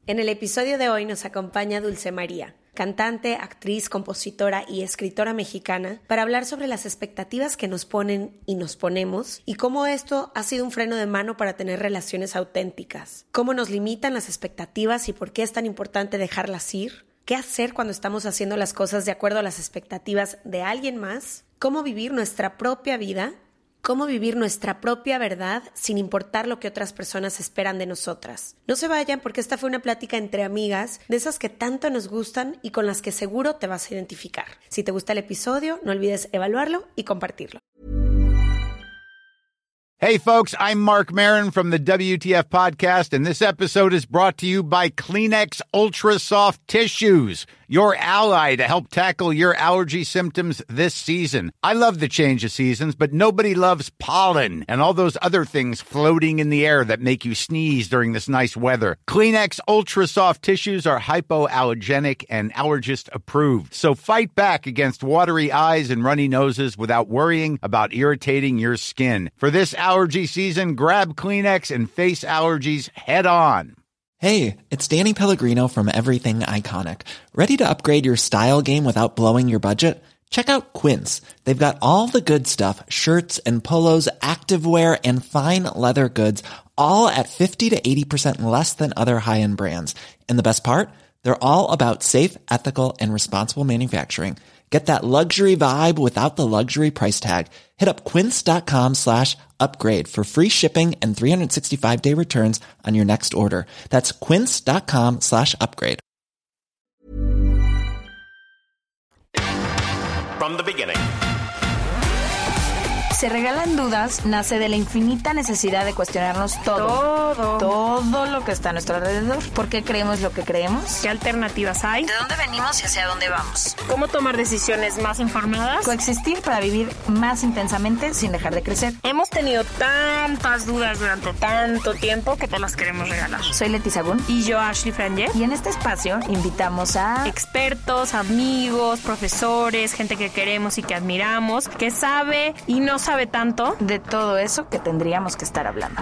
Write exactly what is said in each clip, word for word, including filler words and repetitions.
En el episodio de hoy nos acompaña Dulce María, cantante, actriz, compositora y escritora mexicana, para hablar sobre las expectativas que nos ponen y nos ponemos y cómo esto ha sido un freno de mano para tener relaciones auténticas, cómo nos limitan las expectativas y por qué es tan importante dejarlas ir, qué hacer cuando estamos haciendo las cosas de acuerdo a las expectativas de alguien más, cómo vivir nuestra propia vida, cómo vivir nuestra propia verdad sin importar lo que otras personas esperan de nosotras. No se vayan porque esta fue una plática entre amigas, de esas que tanto nos gustan y con las que seguro te vas a identificar. Si te gusta el episodio, no olvides evaluarlo y compartirlo. Hey folks, I'm Mark Maron from the W T F podcast, and this episode is brought to you by Kleenex Ultra Soft Tissues, your ally to help tackle your allergy symptoms this season. I love the change of seasons, but nobody loves pollen and all those other things floating in the air that make you sneeze during this nice weather. Kleenex Ultra Soft Tissues are hypoallergenic and allergist approved, so fight back against watery eyes and runny noses without worrying about irritating your skin. For this allergy season, grab Kleenex and face allergies head on. Hey, it's Danny Pellegrino from Everything Iconic. Ready to upgrade your style game without blowing your budget? Check out Quince. They've got all the good stuff, shirts and polos, activewear, and fine leather goods, all at fifty to eighty percent less than other high-end brands. And the best part? They're all about safe, ethical, and responsible manufacturing. Get that luxury vibe without the luxury price tag. Hit up quince.com slash upgrade for free shipping and three sixty-five day returns on your next order. That's quince.com slash upgrade. From the beginning. Se Regalan Dudas nace de la infinita necesidad de cuestionarnos todo. Todo. Todo lo que está a nuestro alrededor. ¿Por qué creemos lo que creemos? ¿Qué alternativas hay? ¿De dónde venimos y hacia dónde vamos? ¿Cómo tomar decisiones más informadas? Coexistir para vivir más intensamente sin dejar de crecer. Hemos tenido tantas dudas durante tanto tiempo que te las queremos regalar. Soy Leti Sagún. Y yo, Ashley Franje. Y en este espacio invitamos a expertos, amigos, profesores, gente que queremos y que admiramos, que sabe y no sabe sabe tanto de todo eso que tendríamos que estar hablando.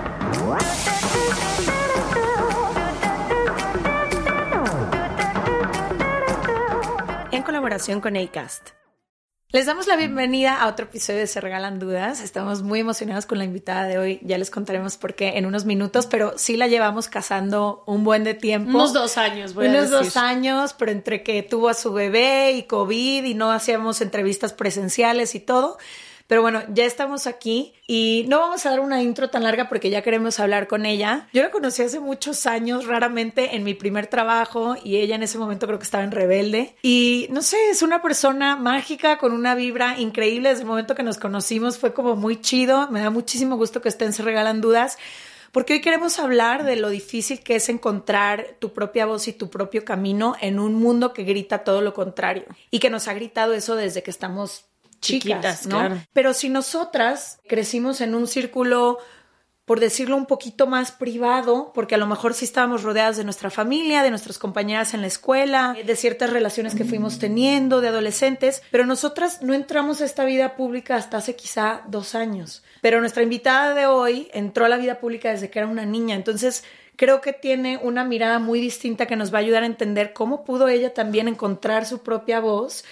En colaboración con Acast. Les damos la bienvenida a otro episodio de Se Regalan Dudas. Estamos muy emocionados con la invitada de hoy. Ya les contaremos por qué en unos minutos, pero sí la llevamos cazando un buen de tiempo. Unos dos años, voy Unos a decir. dos años, pero entre que tuvo a su bebé y COVID y no hacíamos entrevistas presenciales y todo. Pero bueno, ya estamos aquí y no vamos a dar una intro tan larga porque ya queremos hablar con ella. Yo la conocí hace muchos años, raramente en mi primer trabajo, y ella en ese momento creo que estaba en Rebelde. Y no sé, es una persona mágica con una vibra increíble. Desde el momento que nos conocimos fue como muy chido. Me da muchísimo gusto que estén Se Regalan Dudas, porque hoy queremos hablar de lo difícil que es encontrar tu propia voz y tu propio camino en un mundo que grita todo lo contrario y que nos ha gritado eso desde que estamos chicas, chiquitas, ¿no? Claro. Pero si nosotras crecimos en un círculo, por decirlo un poquito más privado, porque a lo mejor sí estábamos rodeadas de nuestra familia, de nuestras compañeras en la escuela, de ciertas relaciones que fuimos teniendo, de adolescentes, pero nosotras no entramos a esta vida pública hasta hace quizá dos años. Pero nuestra invitada de hoy entró a la vida pública desde que era una niña, entonces creo que tiene una mirada muy distinta que nos va a ayudar a entender cómo pudo ella también encontrar su propia voz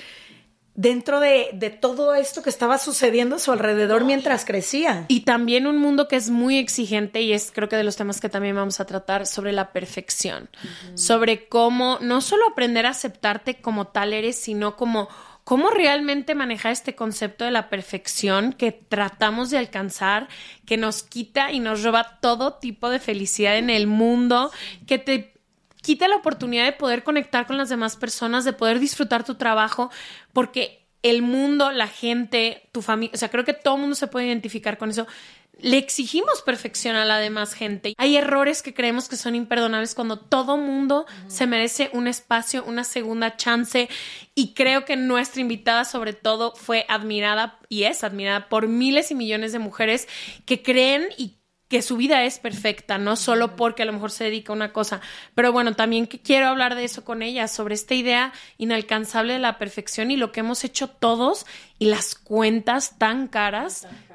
dentro de, de todo esto que estaba sucediendo a su alrededor mientras crecía. Y también un mundo que es muy exigente, y es creo que de los temas que también vamos a tratar, sobre la perfección. Uh-huh. Sobre cómo no solo aprender a aceptarte como tal eres, sino como cómo realmente manejar este concepto de la perfección que tratamos de alcanzar, que nos quita y nos roba todo tipo de felicidad en el mundo, que te quita la oportunidad de poder conectar con las demás personas, de poder disfrutar tu trabajo, porque el mundo, la gente, tu familia, o sea, creo que todo el mundo se puede identificar con eso. Le exigimos perfección a la demás gente. Hay errores que creemos que son imperdonables cuando todo mundo uh-huh. se merece un espacio, una segunda chance, y creo que nuestra invitada sobre todo fue admirada y es admirada por miles y millones de mujeres que creen y que su vida es perfecta, no solo porque a lo mejor se dedica a una cosa. Pero bueno, también quiero hablar de eso con ella, sobre esta idea inalcanzable de la perfección y lo que hemos hecho todos y las cuentas tan caras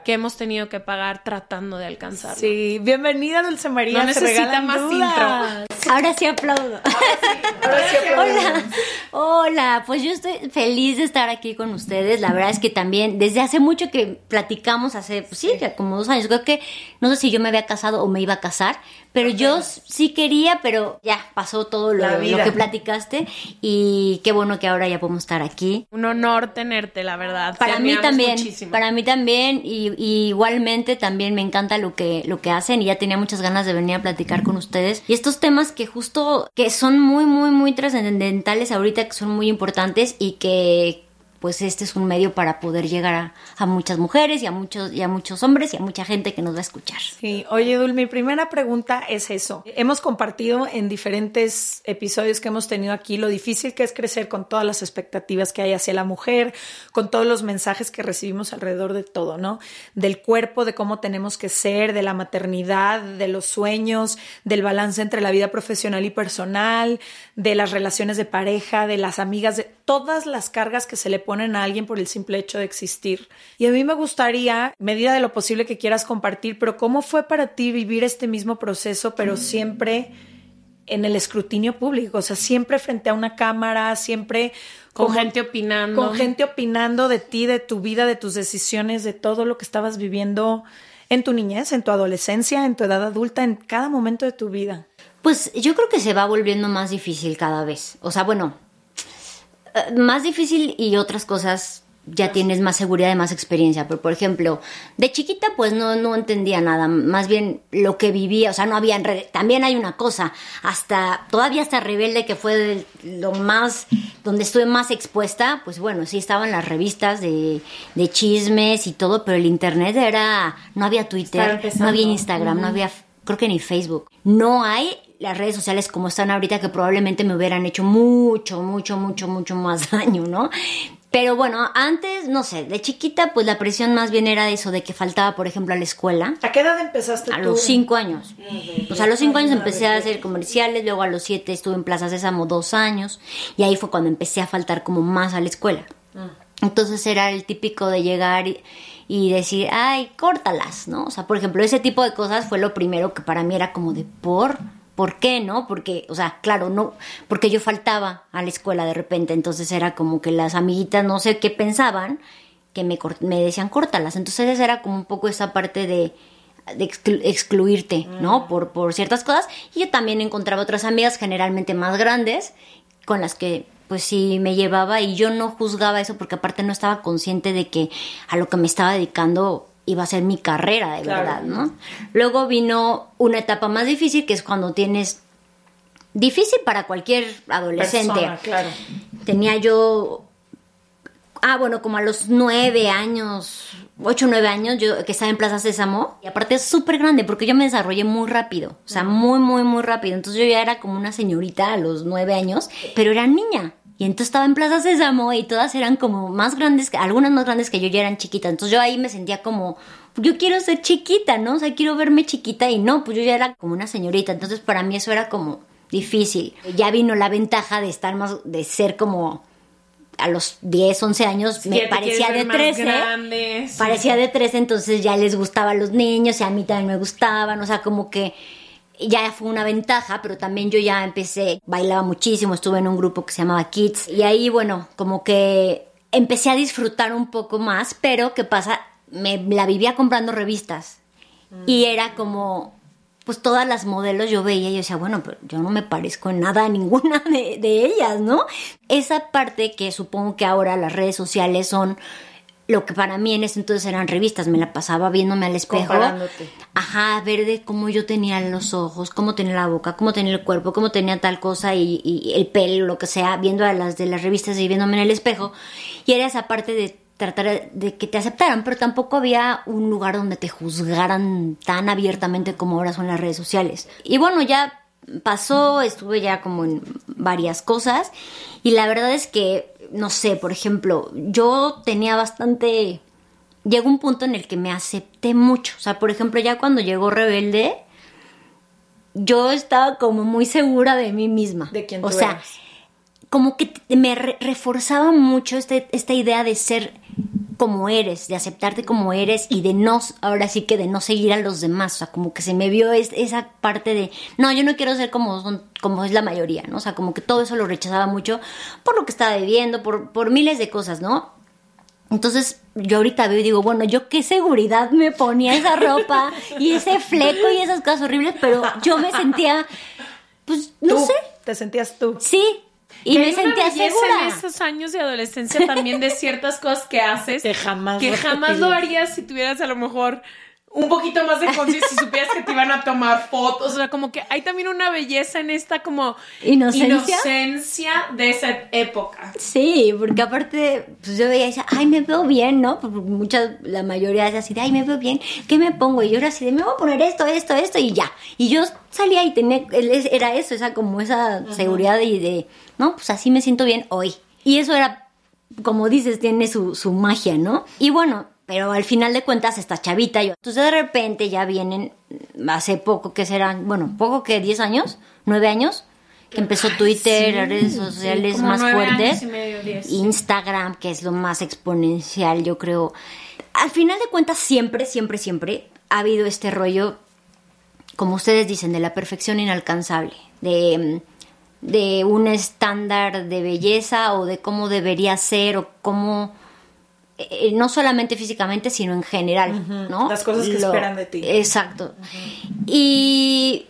que hemos tenido que pagar tratando de alcanzarlo. Sí, bienvenida Dulce María. No necesita más dudas. intro. Ahora sí aplaudo. Ahora sí, ahora sí aplaudo. Hola, hola, pues yo estoy feliz de estar aquí con ustedes. La verdad es que también desde hace mucho que platicamos, hace, pues sí, sí. como dos años, creo que no sé si yo me había casado o me iba a casar, pero okay. yo sí quería, pero ya pasó todo lo, lo que platicaste y qué bueno que ahora ya podemos estar aquí. Un honor tenerte, la verdad. Para mí también, muchísimo. para mí también y, y igualmente también me encanta lo que, lo que hacen y ya tenía muchas ganas de venir a platicar con ustedes. Y estos temas que justo, que son muy, muy, muy trascendentales ahorita, que son muy importantes y que pues este es un medio para poder llegar a, a muchas mujeres y a muchos y a muchos hombres y a mucha gente que nos va a escuchar. Sí, oye Dul, mi primera pregunta es eso. Hemos compartido en diferentes episodios que hemos tenido aquí lo difícil que es crecer con todas las expectativas que hay hacia la mujer, con todos los mensajes que recibimos alrededor de todo, ¿no? Del cuerpo, de cómo tenemos que ser, de la maternidad, de los sueños, del balance entre la vida profesional y personal, de las relaciones de pareja, de las amigas, de todas las cargas que se le ponen a alguien por el simple hecho de existir. Y a mí me gustaría, medida de lo posible que quieras compartir, pero ¿cómo fue para ti vivir este mismo proceso, pero siempre en el escrutinio público? O sea, siempre frente a una cámara, siempre con como, gente opinando. Con gente opinando de ti, de tu vida, de tus decisiones, de todo lo que estabas viviendo en tu niñez, en tu adolescencia, en tu edad adulta, en cada momento de tu vida. Pues yo creo que se va volviendo más difícil cada vez. O sea, bueno, más difícil y otras cosas ya tienes más seguridad y más experiencia. Pero, por ejemplo, de chiquita pues no, no entendía nada. Más bien lo que vivía, o sea, no había... Re- También hay una cosa, hasta todavía hasta Rebelde, que fue lo más... donde estuve más expuesta, pues bueno, sí estaban las revistas de, de chismes y todo, pero el internet era... No había Twitter, no había Instagram, uh-huh. no había... Creo que ni Facebook. No hay las redes sociales como están ahorita, que probablemente me hubieran hecho mucho, mucho, mucho, mucho más daño, ¿no? Pero bueno, antes, no sé, de chiquita, pues la presión más bien era eso, de que faltaba, por ejemplo, a la escuela. ¿A qué edad empezaste tú? A los cinco años. Uh-huh. Pues a los cinco años empecé a hacer comerciales, luego a los siete estuve en Plaza Sésamo dos años, y ahí fue cuando empecé a faltar como más a la escuela. Uh-huh. Entonces era el típico de llegar y... y decir, ay, córtalas, ¿no? O sea, por ejemplo, ese tipo de cosas fue lo primero que para mí era como de, ¿por? ¿Por qué, no? Porque, o sea, claro, no, porque yo faltaba a la escuela de repente, entonces era como que las amiguitas no sé qué pensaban, que me, me decían, córtalas. Entonces era como un poco esa parte de, de exclu- excluirte, ¿no? Mm. Por, por ciertas cosas. Y yo también encontraba otras amigas, generalmente más grandes, con las que... pues sí me llevaba y yo no juzgaba eso porque aparte no estaba consciente de que a lo que me estaba dedicando iba a ser mi carrera de claro. verdad, ¿no? Luego vino una etapa más difícil, que es cuando tienes... Difícil para cualquier adolescente. Persona, claro. Tenía yo... Ah, bueno, como a los nueve años, ocho o nueve años, yo que estaba en Plaza Sésamo. Y aparte es súper grande porque yo me desarrollé muy rápido. O sea, muy, muy, muy rápido. Entonces yo ya era como una señorita a los nueve años, pero era niña. Y entonces estaba en Plaza Sésamo y todas eran como más grandes, que, algunas más grandes que yo, ya eran chiquitas. Entonces yo ahí me sentía como, yo quiero ser chiquita, ¿no? O sea, quiero verme chiquita y no, pues yo ya era como una señorita. Entonces para mí eso era como difícil. Ya vino la ventaja de estar más, de ser como... a los diez, once años sí, me parecía de trece, grande, sí. parecía de trece, entonces ya les gustaban los niños y a mí también me gustaban, o sea, como que ya fue una ventaja, pero también yo ya empecé, bailaba muchísimo, estuve en un grupo que se llamaba Kids y ahí, bueno, como que empecé a disfrutar un poco más, pero ¿qué pasa? Me la vivía comprando revistas mm. y era como... pues todas las modelos yo veía y yo decía, bueno, pero yo no me parezco en nada a ninguna de, de ellas, ¿no? Esa parte que supongo que ahora las redes sociales son lo que para mí en ese entonces eran revistas, me la pasaba viéndome al espejo. Comparándote. Ajá, ver de cómo yo tenía los ojos, cómo tenía la boca, cómo tenía el cuerpo, cómo tenía tal cosa y, y el pelo, lo que sea, viendo a las de las revistas y viéndome en el espejo. Y era esa parte de tratar de que te aceptaran, pero tampoco había un lugar donde te juzgaran tan abiertamente como ahora son las redes sociales. Y bueno, ya pasó, estuve ya como en varias cosas y la verdad es que, no sé, por ejemplo, yo tenía bastante... Llegó un punto en el que me acepté mucho. O sea, por ejemplo, ya cuando llegó Rebelde, yo estaba como muy segura de mí misma. ¿De quién tú O sea, eras? Como que me re- reforzaba mucho este, esta idea de ser como eres, de aceptarte como eres y de no, ahora sí que de no seguir a los demás. O sea, como que se me vio es, esa parte de, no, yo no quiero ser como, son, como es la mayoría, ¿no? O sea, como que todo eso lo rechazaba mucho por lo que estaba viviendo, por, por miles de cosas, ¿no? Entonces yo ahorita veo y digo, bueno, yo qué seguridad me ponía esa ropa y ese fleco y esas cosas horribles, pero yo me sentía, pues, no ¿Tú? sé. ¿Te sentías tú? Sí. Y que me hay una sentía belleza segura. en esos años de adolescencia también de ciertas cosas que haces Que jamás que jamás lo harías si tuvieras a lo mejor un poquito más de conciencia, si supieras que te iban a tomar fotos. O sea, como que hay también una belleza en esta como ¿Inocencia? inocencia de esa época. Sí, porque aparte, pues yo veía y decía, ay, me veo bien, ¿no? Porque muchas, la mayoría es así de, ay, me veo bien, ¿qué me pongo? Y yo era así de, me voy a poner esto, esto, esto, y ya. Y yo salía y tenía, era eso, esa como esa uh-huh. seguridad y de, no, pues así me siento bien hoy. Y eso era, como dices, tiene su, su magia, ¿no? Y bueno, pero al final de cuentas, esta chavita yo. Entonces de repente ya vienen, hace poco, que serán, bueno, poco que diez años, nueve años, que empezó Twitter, sí, las redes sociales sí, más fuertes, y medio, diez, Instagram, que es lo más exponencial, yo creo. Al final de cuentas, siempre, siempre, siempre ha habido este rollo, como ustedes dicen, de la perfección inalcanzable, de, de un estándar de belleza o de cómo debería ser o cómo... Eh, no solamente físicamente, sino en general, uh-huh. ¿no? Las cosas que Lo, esperan de ti. Exacto. Uh-huh. Y,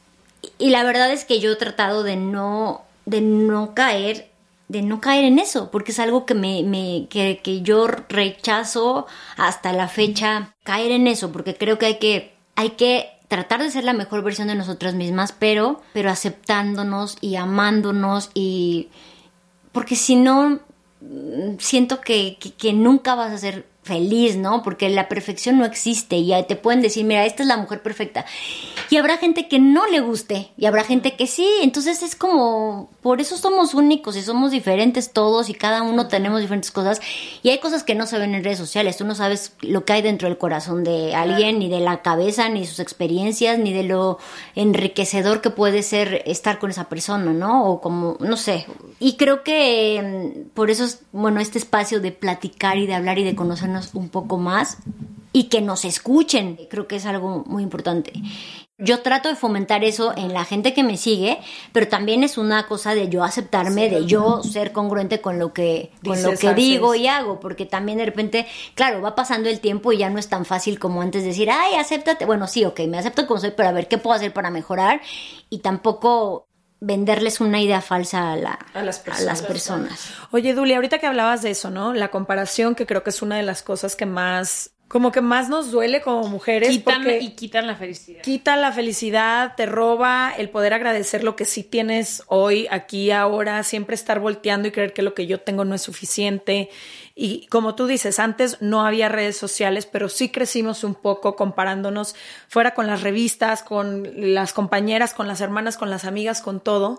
y la verdad es que yo he tratado de no, de no caer, de no caer en eso, porque es algo que me, me que, que yo rechazo hasta la fecha, caer en eso, porque creo que hay que, hay que tratar de ser la mejor versión de nosotras mismas, pero, pero aceptándonos y amándonos y porque si no siento que, que, que nunca vas a ser feliz, ¿no? Porque la perfección no existe y te pueden decir, mira, esta es la mujer perfecta. Y habrá gente que no le guste y habrá gente que sí. Entonces es como, por eso somos únicos y somos diferentes todos y cada uno tenemos diferentes cosas. Y hay cosas que no se ven en redes sociales. Tú no sabes lo que hay dentro del corazón de alguien, ni de la cabeza, ni de sus experiencias, ni de lo enriquecedor que puede ser estar con esa persona, ¿no? O como, no sé. Y creo que por eso es, bueno, este espacio de platicar y de hablar y de conocernos un poco más y que nos escuchen, creo que es algo muy importante. Yo trato de fomentar eso en la gente que me sigue, pero también es una cosa de yo aceptarme, sí, de yo ser congruente con lo que, con lo que digo y hago, porque también de repente, claro, va pasando el tiempo y ya no es tan fácil como antes decir, ay, acéptate, bueno, sí, ok, me acepto como soy, pero a ver, ¿qué puedo hacer para mejorar? Y tampoco venderles una idea falsa a, la, a, las, personas. a las personas. Oye, Duli, ahorita que hablabas de eso, ¿no? La comparación, que creo que es una de las cosas que más, como que más nos duele como mujeres. Quitan, porque y quitan la felicidad. Quita la felicidad, te roba el poder agradecer lo que sí tienes hoy, aquí, ahora, siempre estar volteando y creer que lo que yo tengo no es suficiente. Y como tú dices, antes no había redes sociales, pero sí crecimos un poco comparándonos fuera con las revistas, con las compañeras, con las hermanas, con las amigas, con todo.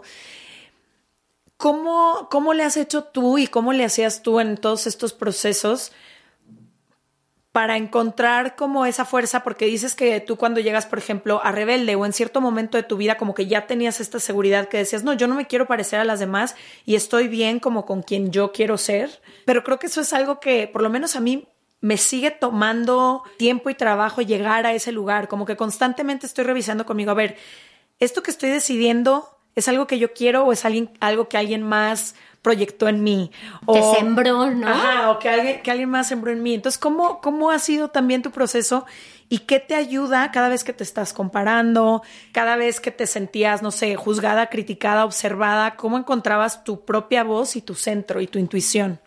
¿Cómo, cómo le has hecho tú y cómo le hacías tú en todos estos procesos para encontrar como esa fuerza? Porque dices que tú cuando llegas, por ejemplo, a Rebelde o en cierto momento de tu vida como que ya tenías esta seguridad que decías, no, yo no me quiero parecer a las demás y estoy bien como con quien yo quiero ser. Pero creo que eso es algo que por lo menos a mí me sigue tomando tiempo y trabajo llegar a ese lugar. Como que constantemente estoy revisando conmigo, a ver, ¿esto que estoy decidiendo es algo que yo quiero o es alguien, algo que alguien más proyectó en mí? O, que sembró, ¿no? Ajá, o que alguien, que alguien más sembró en mí. Entonces, ¿cómo, ¿cómo ha sido también tu proceso? ¿Y qué te ayuda cada vez que te estás comparando? Cada vez que te sentías, no sé, juzgada, criticada, observada. ¿Cómo encontrabas tu propia voz y tu centro y tu intuición?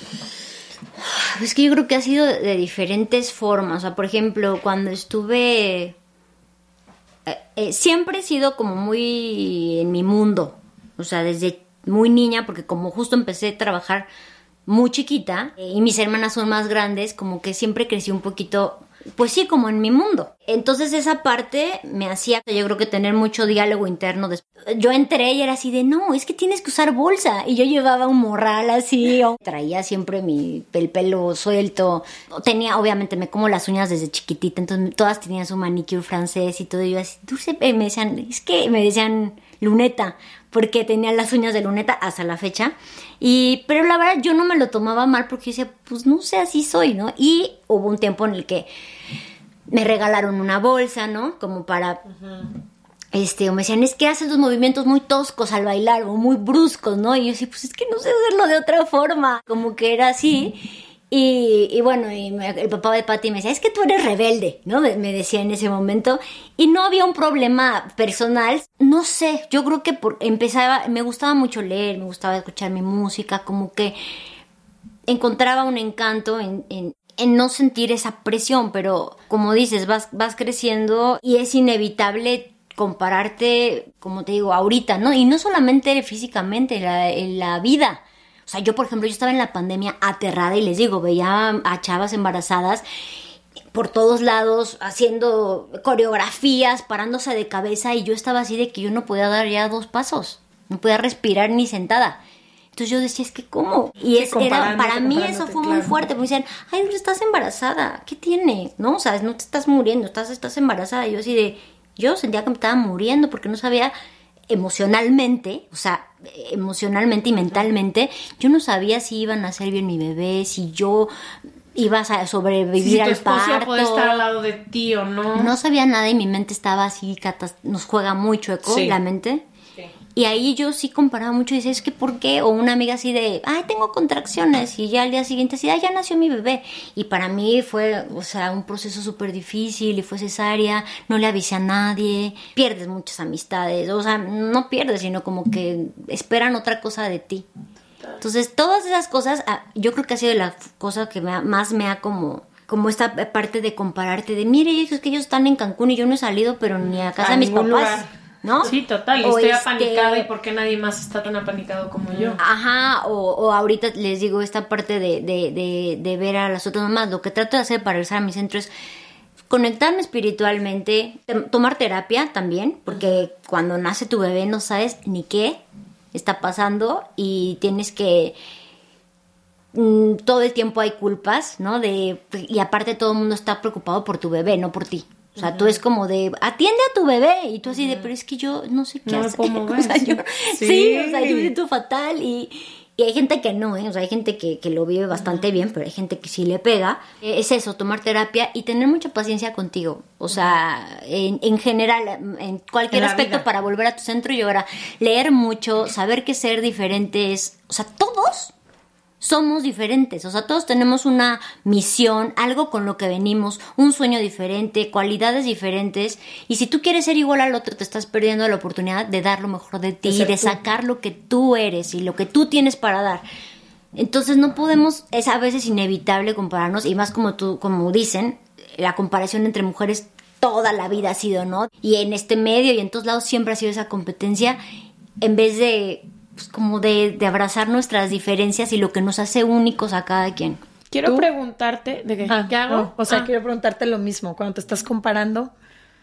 Es que yo creo que ha sido de diferentes formas. O sea, por ejemplo, cuando estuve... Eh, eh, siempre he sido como muy en mi mundo. O sea, desde muy niña, porque como justo empecé a trabajar muy chiquita eh, y mis hermanas son más grandes, como que siempre crecí un poquito, pues sí, como en mi mundo. Entonces esa parte me hacía, yo creo que tener mucho diálogo interno. Yo entré y era así de, no, es que tienes que usar bolsa. Y yo llevaba un morral así, o traía siempre mi, el pelo suelto. Tenía, obviamente, me como las uñas desde chiquitita, entonces todas tenían su manicure francés y todo. Y yo así, dulce, me decían, es que me decían luneta, porque tenía las uñas de luneta hasta la fecha. Y, pero la verdad yo no me lo tomaba mal porque decía, pues no sé, así soy, ¿no? Y hubo un tiempo en el que me regalaron una bolsa, ¿no? Como para... Uh-huh. Este, o me decían, es que haces los movimientos muy toscos al bailar o muy bruscos, ¿no? Y yo decía, pues es que no sé hacerlo de otra forma. Como que era así. Y, y bueno, y me, el papá de Pati me decía, es que tú eres rebelde, ¿no? Me, me decía en ese momento. Y no había un problema personal. No sé, yo creo que por, empezaba, me gustaba mucho leer, me gustaba escuchar mi música, como que encontraba un encanto en... en en no sentir esa presión, pero como dices, vas, vas creciendo y es inevitable compararte, como te digo, ahorita, ¿no? Y no solamente físicamente, la, en la vida. O sea, yo, por ejemplo, yo estaba en la pandemia aterrada y les digo, veía a chavas embarazadas por todos lados, haciendo coreografías, parándose de cabeza, y yo estaba así de que yo no podía dar ya dos pasos, no podía respirar ni sentada. Entonces yo decía, es que ¿cómo? Y es, era, para mí eso fue claro. muy fuerte, porque decían, ay, estás embarazada, ¿qué tiene? No, o sea, no te estás muriendo, estás, estás embarazada. Y yo así de, yo sentía que me estaba muriendo porque no sabía emocionalmente, o sea, emocionalmente y mentalmente, yo no sabía si iba a nacer bien mi bebé, si yo iba a sobrevivir si al parto. Si tu esposo puede estar al lado de ti o no. No sabía nada y mi mente estaba así, catas- nos juega muy chueco sí. la mente. Y ahí yo sí comparaba mucho y decía, es que ¿por qué? O una amiga así de, ay, tengo contracciones. Y ya al día siguiente así, ay, ya nació mi bebé. Y para mí fue, o sea, un proceso súper difícil y fue cesárea. No le avisé a nadie. Pierdes muchas amistades. O sea, no pierdes, sino como que esperan otra cosa de ti. Entonces, todas esas cosas, yo creo que ha sido la cosa que me ha, más me ha como... como esta parte de compararte. De, mire, es que ellos están en Cancún y yo no he salido, pero ni a casa a de mis papás. Lugar. ¿No? Sí, total, y o estoy este... apanicada y ¿por qué nadie más está tan apanicado como yo? Ajá, o, o ahorita les digo esta parte de, de, de, de ver a las otras mamás. Lo que trato de hacer para regresar a mi centro es conectarme espiritualmente, tomar terapia también, porque cuando nace tu bebé no sabes ni qué está pasando y tienes que... Mm, todo el tiempo hay culpas, ¿no? De, y aparte todo el mundo está preocupado por tu bebé, no por ti. O sea, uh-huh. tú es como de, atiende a tu bebé. Y tú así de, pero es que yo no sé qué no hacer. ¿Cómo o sea, yo, sí. sí, o sea, yo me siento fatal. Y, y hay gente que no, ¿eh? O sea, hay gente que, que lo vive bastante uh-huh. bien, pero hay gente que sí le pega. Eh, es eso, tomar terapia y tener mucha paciencia contigo. O sea, uh-huh. en, en general, en cualquier en aspecto vida. Para volver a tu centro y ahora leer mucho, saber que ser diferente es... O sea, todos... somos diferentes, o sea, todos tenemos una misión, algo con lo que venimos, un sueño diferente, cualidades diferentes, y si tú quieres ser igual al otro, te estás perdiendo la oportunidad de dar lo mejor de ti, de, de sacar lo que tú eres y lo que tú tienes para dar. Entonces no podemos, es a veces inevitable compararnos, y más como tú, como dicen, la comparación entre mujeres toda la vida ha sido, ¿no? Y en este medio y en todos lados siempre ha sido esa competencia, en vez de... pues como de, de abrazar nuestras diferencias y lo que nos hace únicos a cada quien. Quiero ¿Tú? preguntarte, ¿de qué, ah, ¿qué hago? No, o sea, ah. quiero preguntarte lo mismo. Cuando te estás comparando,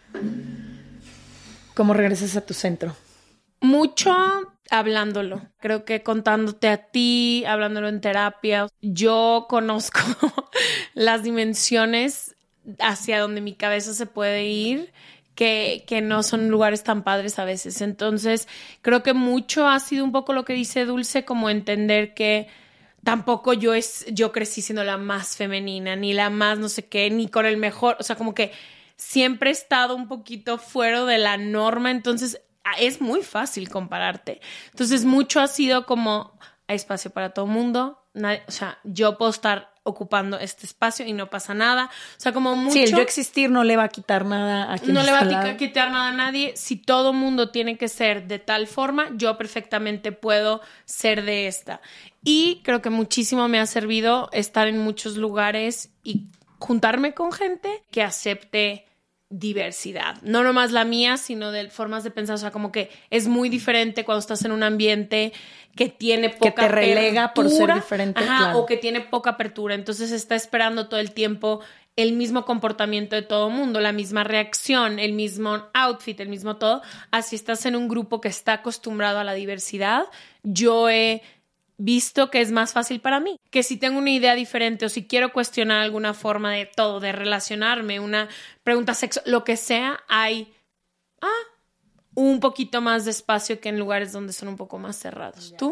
¿cómo regresas a tu centro? Mucho hablándolo. Creo que contándote a ti, hablándolo en terapia. Yo conozco las dimensiones hacia donde mi cabeza se puede ir, Que, que no son lugares tan padres a veces. Entonces, creo que mucho ha sido un poco lo que dice Dulce, como entender que tampoco yo, es, yo crecí siendo la más femenina, ni la más no sé qué, ni con el mejor. O sea, como que siempre he estado un poquito fuera de la norma, entonces es muy fácil compararte. Entonces, mucho ha sido como, hay espacio para todo el mundo. Nadie, o sea, yo puedo estar ocupando este espacio y no pasa nada. O sea, como mucho... Sí, el yo existir no le va a quitar nada a quien No le va a a quitar nada a nadie. Si todo mundo tiene que ser de tal forma, yo perfectamente puedo ser de esta. Y creo que muchísimo me ha servido estar en muchos lugares y juntarme con gente que acepte diversidad. No nomás la mía, sino de formas de pensar. O sea, como que es muy diferente cuando estás en un ambiente que tiene poca que te relega apertura, por ser diferente. ajá, claro. o que tiene poca apertura. Entonces está esperando todo el tiempo el mismo comportamiento de todo el mundo, la misma reacción, el mismo outfit, el mismo todo. Así estás en un grupo que está acostumbrado a la diversidad. Yo he visto que es más fácil para mí, que si tengo una idea diferente o si quiero cuestionar alguna forma de todo, de relacionarme, una pregunta sexual, lo que sea, hay ah, un poquito más de espacio que en lugares donde son un poco más cerrados. ¿Tú?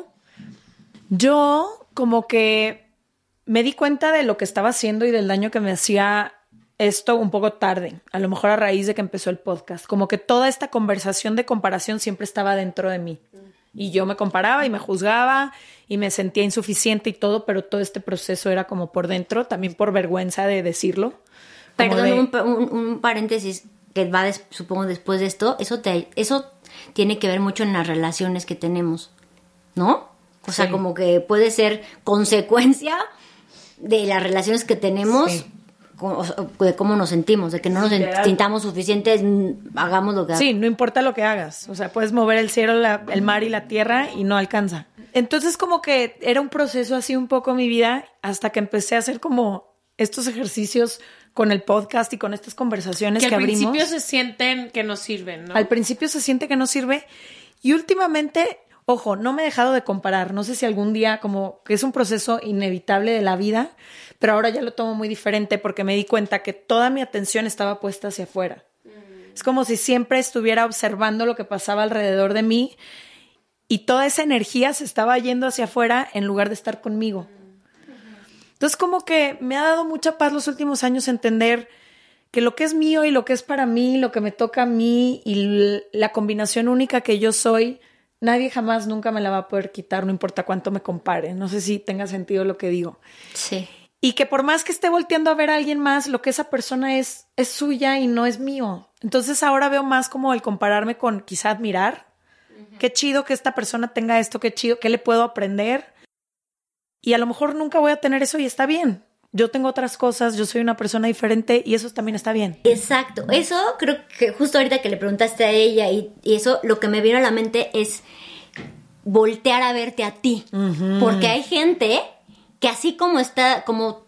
Yo como que me di cuenta de lo que estaba haciendo y del daño que me hacía esto un poco tarde, a lo mejor a raíz de que empezó el podcast. Como que toda esta conversación de comparación siempre estaba dentro de mí. Y yo me comparaba y me juzgaba y me sentía insuficiente y todo, pero todo este proceso era como por dentro, también por vergüenza de decirlo. Perdón, de... un, un, un paréntesis que va, des, supongo, después de esto. Eso, te, eso tiene que ver mucho en las relaciones que tenemos, ¿no? O sea, sí. Como que puede ser consecuencia de las relaciones que tenemos, sí. De cómo nos sentimos, de que no nos sí, sintamos suficientes, hagamos lo que hagamos. Sí, no importa lo que hagas. O sea, puedes mover el cielo, la, el mar y la tierra y no alcanza. Entonces, como que era un proceso así un poco en mi vida hasta que empecé a hacer como estos ejercicios con el podcast y con estas conversaciones que, que al abrimos. Al principio se sienten que no sirven, ¿no? Al principio se siente que no sirve y últimamente... Ojo, no me he dejado de comparar. No sé si algún día, como que es un proceso inevitable de la vida, pero ahora ya lo tomo muy diferente porque me di cuenta que toda mi atención estaba puesta hacia afuera. Mm. Es como si siempre estuviera observando lo que pasaba alrededor de mí y toda esa energía se estaba yendo hacia afuera en lugar de estar conmigo. Mm. Entonces, como que me ha dado mucha paz los últimos años entender que lo que es mío y lo que es para mí, lo que me toca a mí y la combinación única que yo soy... Nadie jamás, nunca me la va a poder quitar, no importa cuánto me compare. No sé si tenga sentido lo que digo. Sí. Y que por más que esté volteando a ver a alguien más, lo que esa persona es, es suya y no es mío. Entonces ahora veo más como el compararme con quizá admirar. Uh-huh. Qué chido que esta persona tenga esto, qué chido, qué le puedo aprender. Y a lo mejor nunca voy a tener eso y está bien. Yo tengo otras cosas, yo soy una persona diferente y eso también está bien. Exacto, eso creo que justo ahorita que le preguntaste a ella y, y eso, lo que me vino a la mente es voltear a verte a ti. Uh-huh. Porque hay gente que así como está, como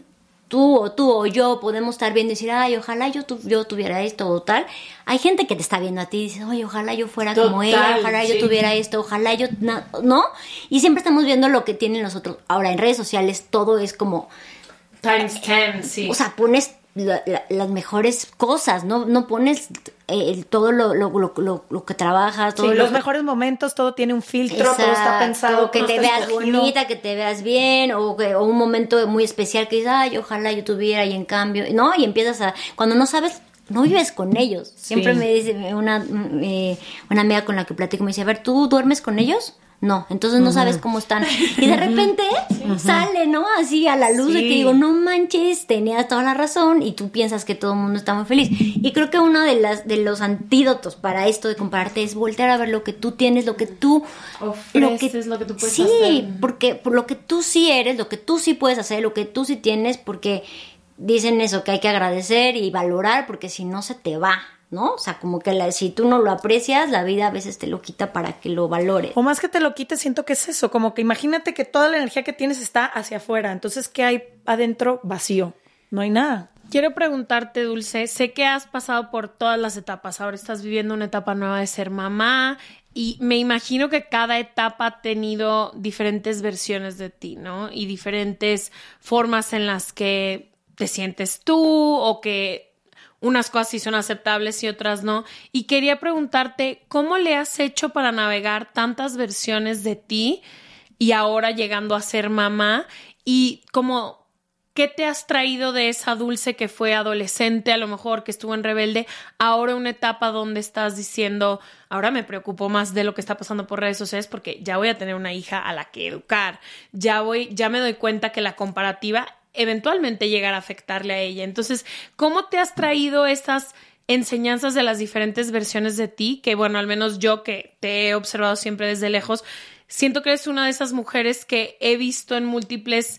tú o tú o yo podemos estar viendo y decir, ay, ojalá yo, tu, yo tuviera esto o tal. Hay gente que te está viendo a ti y dices, oye, ojalá yo fuera Total, como ella, ojalá sí. yo tuviera esto, ojalá yo, ¿no? Y siempre estamos viendo lo que tienen los otros. Ahora, en redes sociales todo es como... Times ten, sí. O sea, pones la, la, las mejores cosas, no, no pones eh, todo lo, lo, lo, lo, lo que trabajas, todo sí, lo los que... mejores momentos, todo tiene un filtro, Exacto, todo está pensado, que todo te está veas escogido. bonita, que te veas bien, o, que, o un momento muy especial que dices, ay, ojalá yo tuviera, y en cambio, no, y empiezas a, cuando no sabes, no vives con ellos. Siempre sí. me dice una, eh, una amiga con la que platico, me dice, a ver, ¿tú duermes con ellos? No, entonces no uh-huh. sabes cómo están. Y de repente uh-huh. sale, ¿no? Así a la luz sí. de que digo, no manches, tenías toda la razón y tú piensas que todo el mundo está muy feliz. Y creo que uno de las de los antídotos para esto de compararte es voltear a ver lo que tú tienes, lo que tú... Ofreces, lo que, lo que tú puedes sí, hacer. Sí, porque por lo que tú sí eres, lo que tú sí puedes hacer, lo que tú sí tienes, porque dicen eso, que hay que agradecer y valorar, porque si no se te va, ¿no? O sea, como que la, si tú no lo aprecias, la vida a veces te lo quita para que lo valores. O más que te lo quite, siento que es eso, como que imagínate que toda la energía que tienes está hacia afuera, entonces ¿qué hay adentro? Vacío, no hay nada. Quiero preguntarte, Dulce, sé que has pasado por todas las etapas, ahora estás viviendo una etapa nueva de ser mamá y me imagino que cada etapa ha tenido diferentes versiones de ti, ¿no? Y diferentes formas en las que te sientes tú o que... unas cosas sí son aceptables y otras no. Y quería preguntarte, ¿cómo le has hecho para navegar tantas versiones de ti y ahora llegando a ser mamá? Y como, ¿qué te has traído de esa Dulce que fue adolescente, a lo mejor que estuvo en rebelde, ahora una etapa donde estás diciendo, ahora me preocupo más de lo que está pasando por redes sociales porque ya voy a tener una hija a la que educar, ya voy, ya me doy cuenta que la comparativa eventualmente llegar a afectarle a ella. Entonces, ¿cómo te has traído estas enseñanzas de las diferentes versiones de ti? Que bueno, al menos yo que te he observado siempre desde lejos, siento que eres una de esas mujeres que he visto en múltiples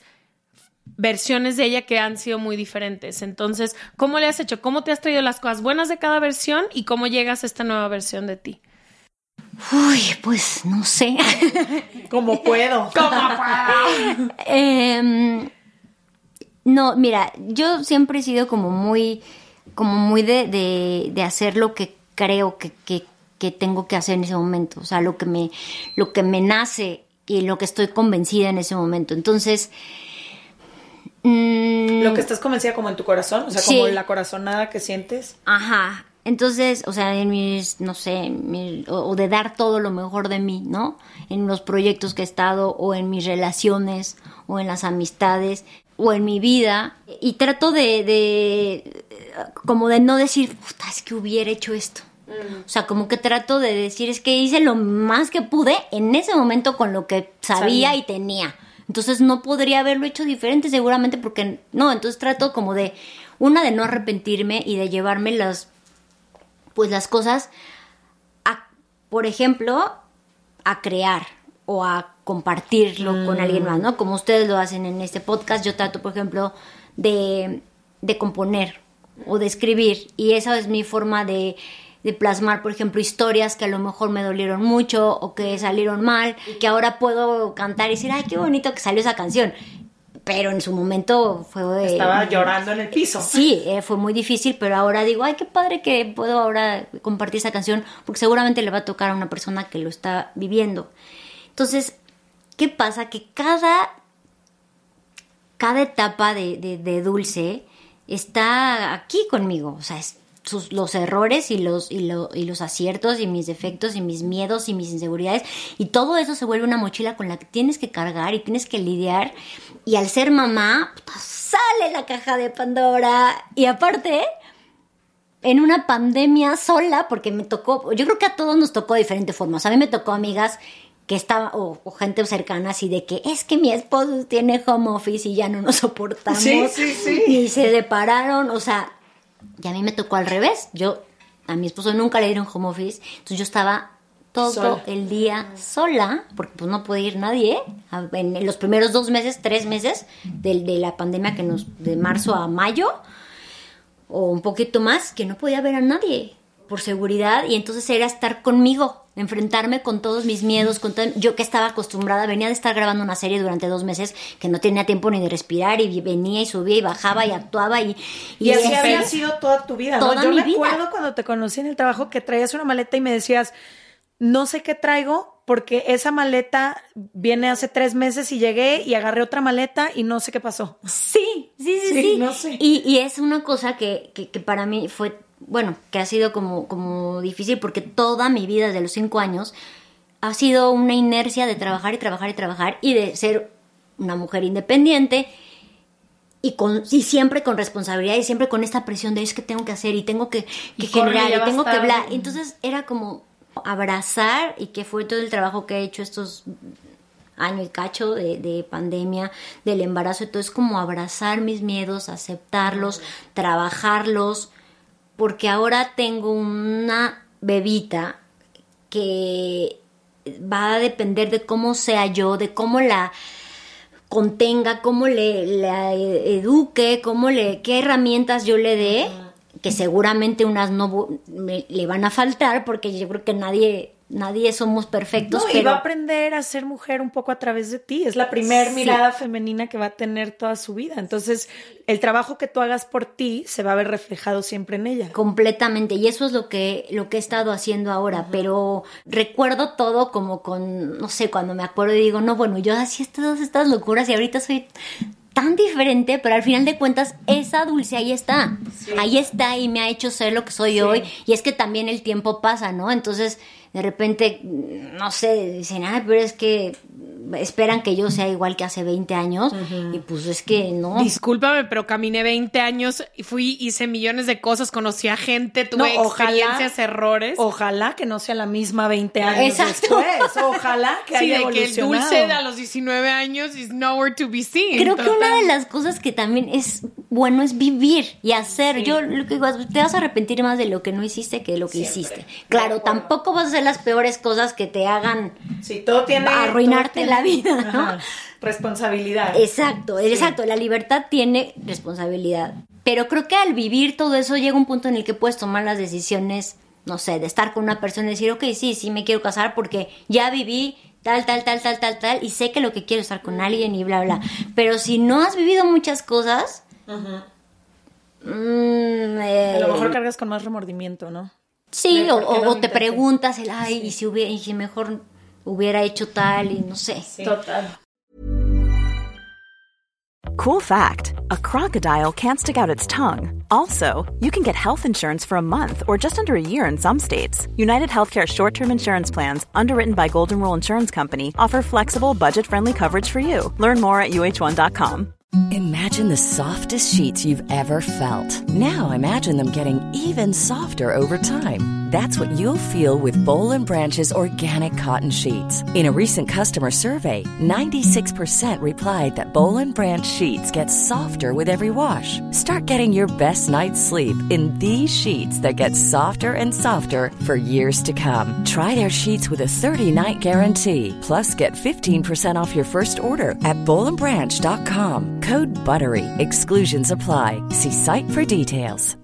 versiones de ella que han sido muy diferentes. Entonces, ¿cómo le has hecho? ¿Cómo te has traído las cosas buenas de cada versión y cómo llegas a esta nueva versión de ti? Uy, pues no sé. ¿Cómo puedo? ¿Cómo puedo? eh... No, mira, yo siempre he sido como muy, como muy de, de, de hacer lo que creo que, que, que tengo que hacer en ese momento. O sea, lo que me, lo que me nace y lo que estoy convencida en ese momento. Entonces, mmm, lo que estás convencida como en tu corazón, o sea, sí. como la corazonada que sientes. Ajá. Entonces, o sea, en mis, no sé, en mi, o, o de dar todo lo mejor de mí, ¿no? En los proyectos que he estado, o en mis relaciones, o en las amistades, o en mi vida. Y trato de, de como de no decir, puta, es que hubiera hecho esto. Mm. O sea, como que trato de decir, es que hice lo más que pude en ese momento con lo que sabía, sabía. y tenía. Entonces no podría haberlo hecho diferente seguramente porque, no, entonces trato como de, una, de no arrepentirme y de llevarme las... pues las cosas, a, por ejemplo, a crear o a compartirlo mm. con alguien más, ¿no? Como ustedes lo hacen en este podcast, yo trato, por ejemplo, de, de componer o de escribir. Y esa es mi forma de, de plasmar, por ejemplo, historias que a lo mejor me dolieron mucho o que salieron mal y que ahora puedo cantar y decir, ay, qué bonito que salió esa canción. Pero en su momento fue... Estaba llorando en el piso. Sí, eh, fue muy difícil, pero ahora digo, ay, qué padre que puedo ahora compartir esa canción, porque seguramente le va a tocar a una persona que lo está viviendo. Entonces, ¿qué pasa? Que cada, cada etapa de, de, de Dulce está aquí conmigo. O sea, es, sus, los errores y los, y, lo, y los aciertos y mis defectos y mis miedos y mis inseguridades. Y todo eso se vuelve una mochila con la que tienes que cargar y tienes que lidiar. Y al ser mamá, sale la caja de Pandora. Y aparte, en una pandemia sola, porque me tocó, yo creo que a todos nos tocó de diferentes formas. A mí me tocó amigas que estaban, o, o gente cercana, así de que es que mi esposo tiene home office y ya no nos soportamos. Sí, sí, sí. Y se separaron, o sea, y a mí me tocó al revés. Yo, a mi esposo nunca le dieron home office, entonces yo estaba todo sola. el día sola, porque pues no podía ir nadie, en los primeros dos meses, tres meses de, de la pandemia, que nos, de marzo a mayo, o un poquito más, que no podía ver a nadie, por seguridad, y entonces era estar conmigo, enfrentarme con todos mis miedos, con todo, yo que estaba acostumbrada, venía de estar grabando una serie durante dos meses, que no tenía tiempo ni de respirar, y venía y subía y bajaba y actuaba, y... Y, y así había sido toda tu vida, toda ¿no? Yo mi me vida. acuerdo cuando te conocí en el trabajo que traías una maleta y me decías, no sé qué traigo, porque esa maleta viene hace tres meses y llegué y agarré otra maleta y no sé qué pasó. Sí, sí, sí, sí. sí. No sé. Y, y es una cosa que, que, que para mí fue, bueno, que ha sido como, como difícil, porque toda mi vida, desde los cinco años, ha sido una inercia de trabajar y trabajar y trabajar y de ser una mujer independiente y, con, y siempre con responsabilidad y siempre con esta presión de es que tengo que hacer y tengo que, que y generar y tengo que hablar. Entonces era como abrazar, y que fue todo el trabajo que he hecho estos años y cacho de, de pandemia, del embarazo, entonces como abrazar mis miedos, aceptarlos, trabajarlos, porque ahora tengo una bebita que va a depender de cómo sea yo, de cómo la contenga, cómo le, la eduque, cómo le, qué herramientas yo le dé, que seguramente unas no me, le van a faltar, porque yo creo que nadie, nadie somos perfectos. No, pero... y va a aprender a ser mujer un poco a través de ti. Es la primer sí. mirada femenina que va a tener toda su vida. Entonces, el trabajo que tú hagas por ti se va a ver reflejado siempre en ella. Completamente. Y eso es lo que, lo que he estado haciendo ahora. Uh-huh. Pero recuerdo todo como con, no sé, cuando me acuerdo y digo, no, bueno, yo hacía todas estas locuras y ahorita soy tan diferente, pero al final de cuentas esa Dulce ahí está, sí. ahí está y me ha hecho ser lo que soy sí. hoy, y es que también el tiempo pasa, ¿no? Entonces de repente, no sé, dicen, ah, pero es que esperan que yo sea igual que hace veinte años, uh-huh. y pues es que no. Discúlpame, pero caminé veinte años y fui, hice millones de cosas, conocí a gente, tuve no, experiencias, ojalá, errores. Ojalá que no sea la misma veinte años Exacto. después, ojalá que sí, haya de evolucionado. Que el Dulce a los diecinueve años is nowhere to be seen. Creo total. que una de las cosas que también es bueno es vivir y hacer. Sí. Yo lo que digo, te vas a arrepentir más de lo que no hiciste que de lo que Siempre. hiciste. Claro, tampoco vas a hacer las peores cosas que te hagan sí, todo tiene, arruinarte todo tiene, la vida, ¿no? Ajá, responsabilidad. Exacto, sí. exacto. La libertad tiene responsabilidad. Pero creo que al vivir todo eso llega un punto en el que puedes tomar las decisiones, no sé, de estar con una persona y decir, ok, sí, sí me quiero casar porque ya viví tal, tal, tal, tal, tal, tal, y sé que lo que quiero es estar con alguien y bla, bla. Pero si no has vivido muchas cosas, uh-huh. mmm, eh, a lo mejor cargas con más remordimiento, ¿no? Sí, o, o, o te preguntas, el, ay, sí. y si hubiera, y si mejor hubiera hecho tal, y no sé. Sí. Total. Cool fact, a crocodile can't stick out its tongue. Also, you can get health insurance for a month or just under a year in some states. United Healthcare short-term insurance plans, underwritten by Golden Rule Insurance Company, offer flexible, budget-friendly coverage for you. Learn more at U H one dot com. Imagine the softest sheets you've ever felt. Now imagine them getting even softer over time. That's what you'll feel with Boll and Branch's organic cotton sheets. In a recent customer survey, ninety-six percent replied that Boll and Branch sheets get softer with every wash. Start getting your best night's sleep in these sheets that get softer and softer for years to come. Try their sheets with a thirty-night guarantee. Plus, get fifteen percent off your first order at boll and branch dot com. Code BUTTERY. Exclusions apply. See site for details.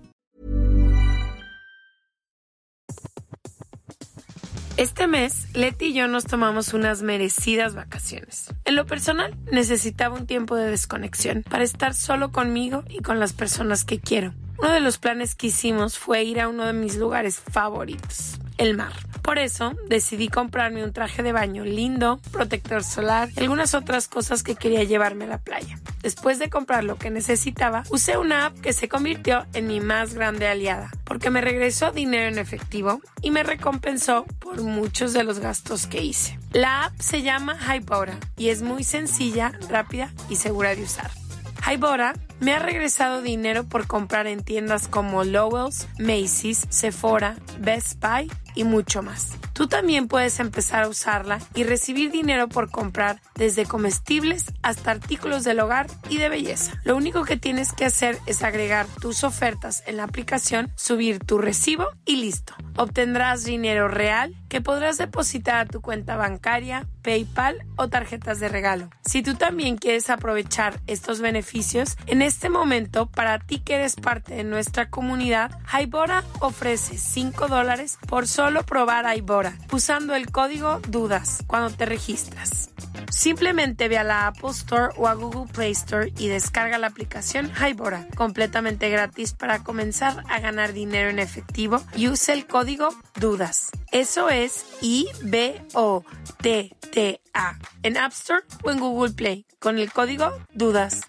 Este mes, Leti y yo nos tomamos unas merecidas vacaciones. En lo personal, necesitaba un tiempo de desconexión para estar solo conmigo y con las personas que quiero. Uno de los planes que hicimos fue ir a uno de mis lugares favoritos, el mar. Por eso, decidí comprarme un traje de baño lindo, protector solar y algunas otras cosas que quería llevarme a la playa. Después de comprar lo que necesitaba, usé una app que se convirtió en mi más grande aliada, porque me regresó dinero en efectivo y me recompensó por muchos de los gastos que hice. La app se llama Hybora y es muy sencilla, rápida y segura de usar. Hybora me ha regresado dinero por comprar en tiendas como Lowell's, Macy's, Sephora, Best Buy y mucho más. Tú también puedes empezar a usarla y recibir dinero por comprar desde comestibles hasta artículos del hogar y de belleza. Lo único que tienes que hacer es agregar tus ofertas en la aplicación, subir tu recibo y listo. Obtendrás dinero real que podrás depositar a tu cuenta bancaria, PayPal o tarjetas de regalo. Si tú también quieres aprovechar estos beneficios, en este momento, para ti que eres parte de nuestra comunidad, Hybora ofrece cinco dólares por solo probar Hybora, usando el código DUDAS cuando te registras. Simplemente ve a la Apple Store o a Google Play Store y descarga la aplicación Hybora, completamente gratis para comenzar a ganar dinero en efectivo, y usa el código DUDAS. Eso es I B O T T A en App Store o en Google Play con el código DUDAS.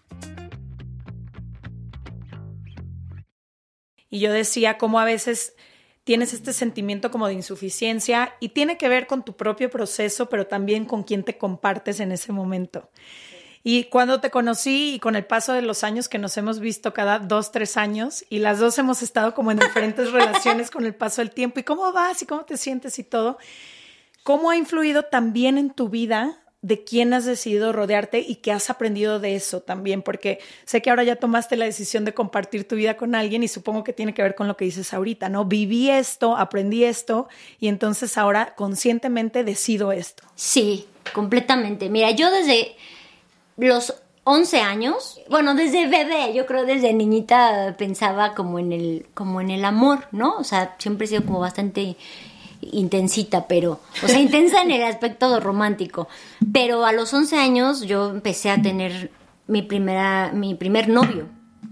Y yo decía cómo a veces tienes este sentimiento como de insuficiencia y tiene que ver con tu propio proceso, pero también con quién te compartes en ese momento. Y cuando te conocí y con el paso de los años que nos hemos visto cada dos, tres años y las dos hemos estado como en diferentes relaciones con el paso del tiempo y cómo vas y cómo te sientes y todo, ¿cómo ha influido también en tu vida de quién has decidido rodearte y qué has aprendido de eso también? Porque sé que ahora ya tomaste la decisión de compartir tu vida con alguien y supongo que tiene que ver con lo que dices ahorita, ¿no? Viví esto, aprendí esto y entonces ahora conscientemente decido esto. Sí, completamente. Mira, yo desde los once años, bueno, desde bebé, yo creo desde niñita pensaba como en el, como en el amor, ¿no? O sea, siempre he sido como bastante intensita, pero, o sea, intensa en el aspecto romántico. Pero a los once años yo empecé a tener mi primera, mi primer novio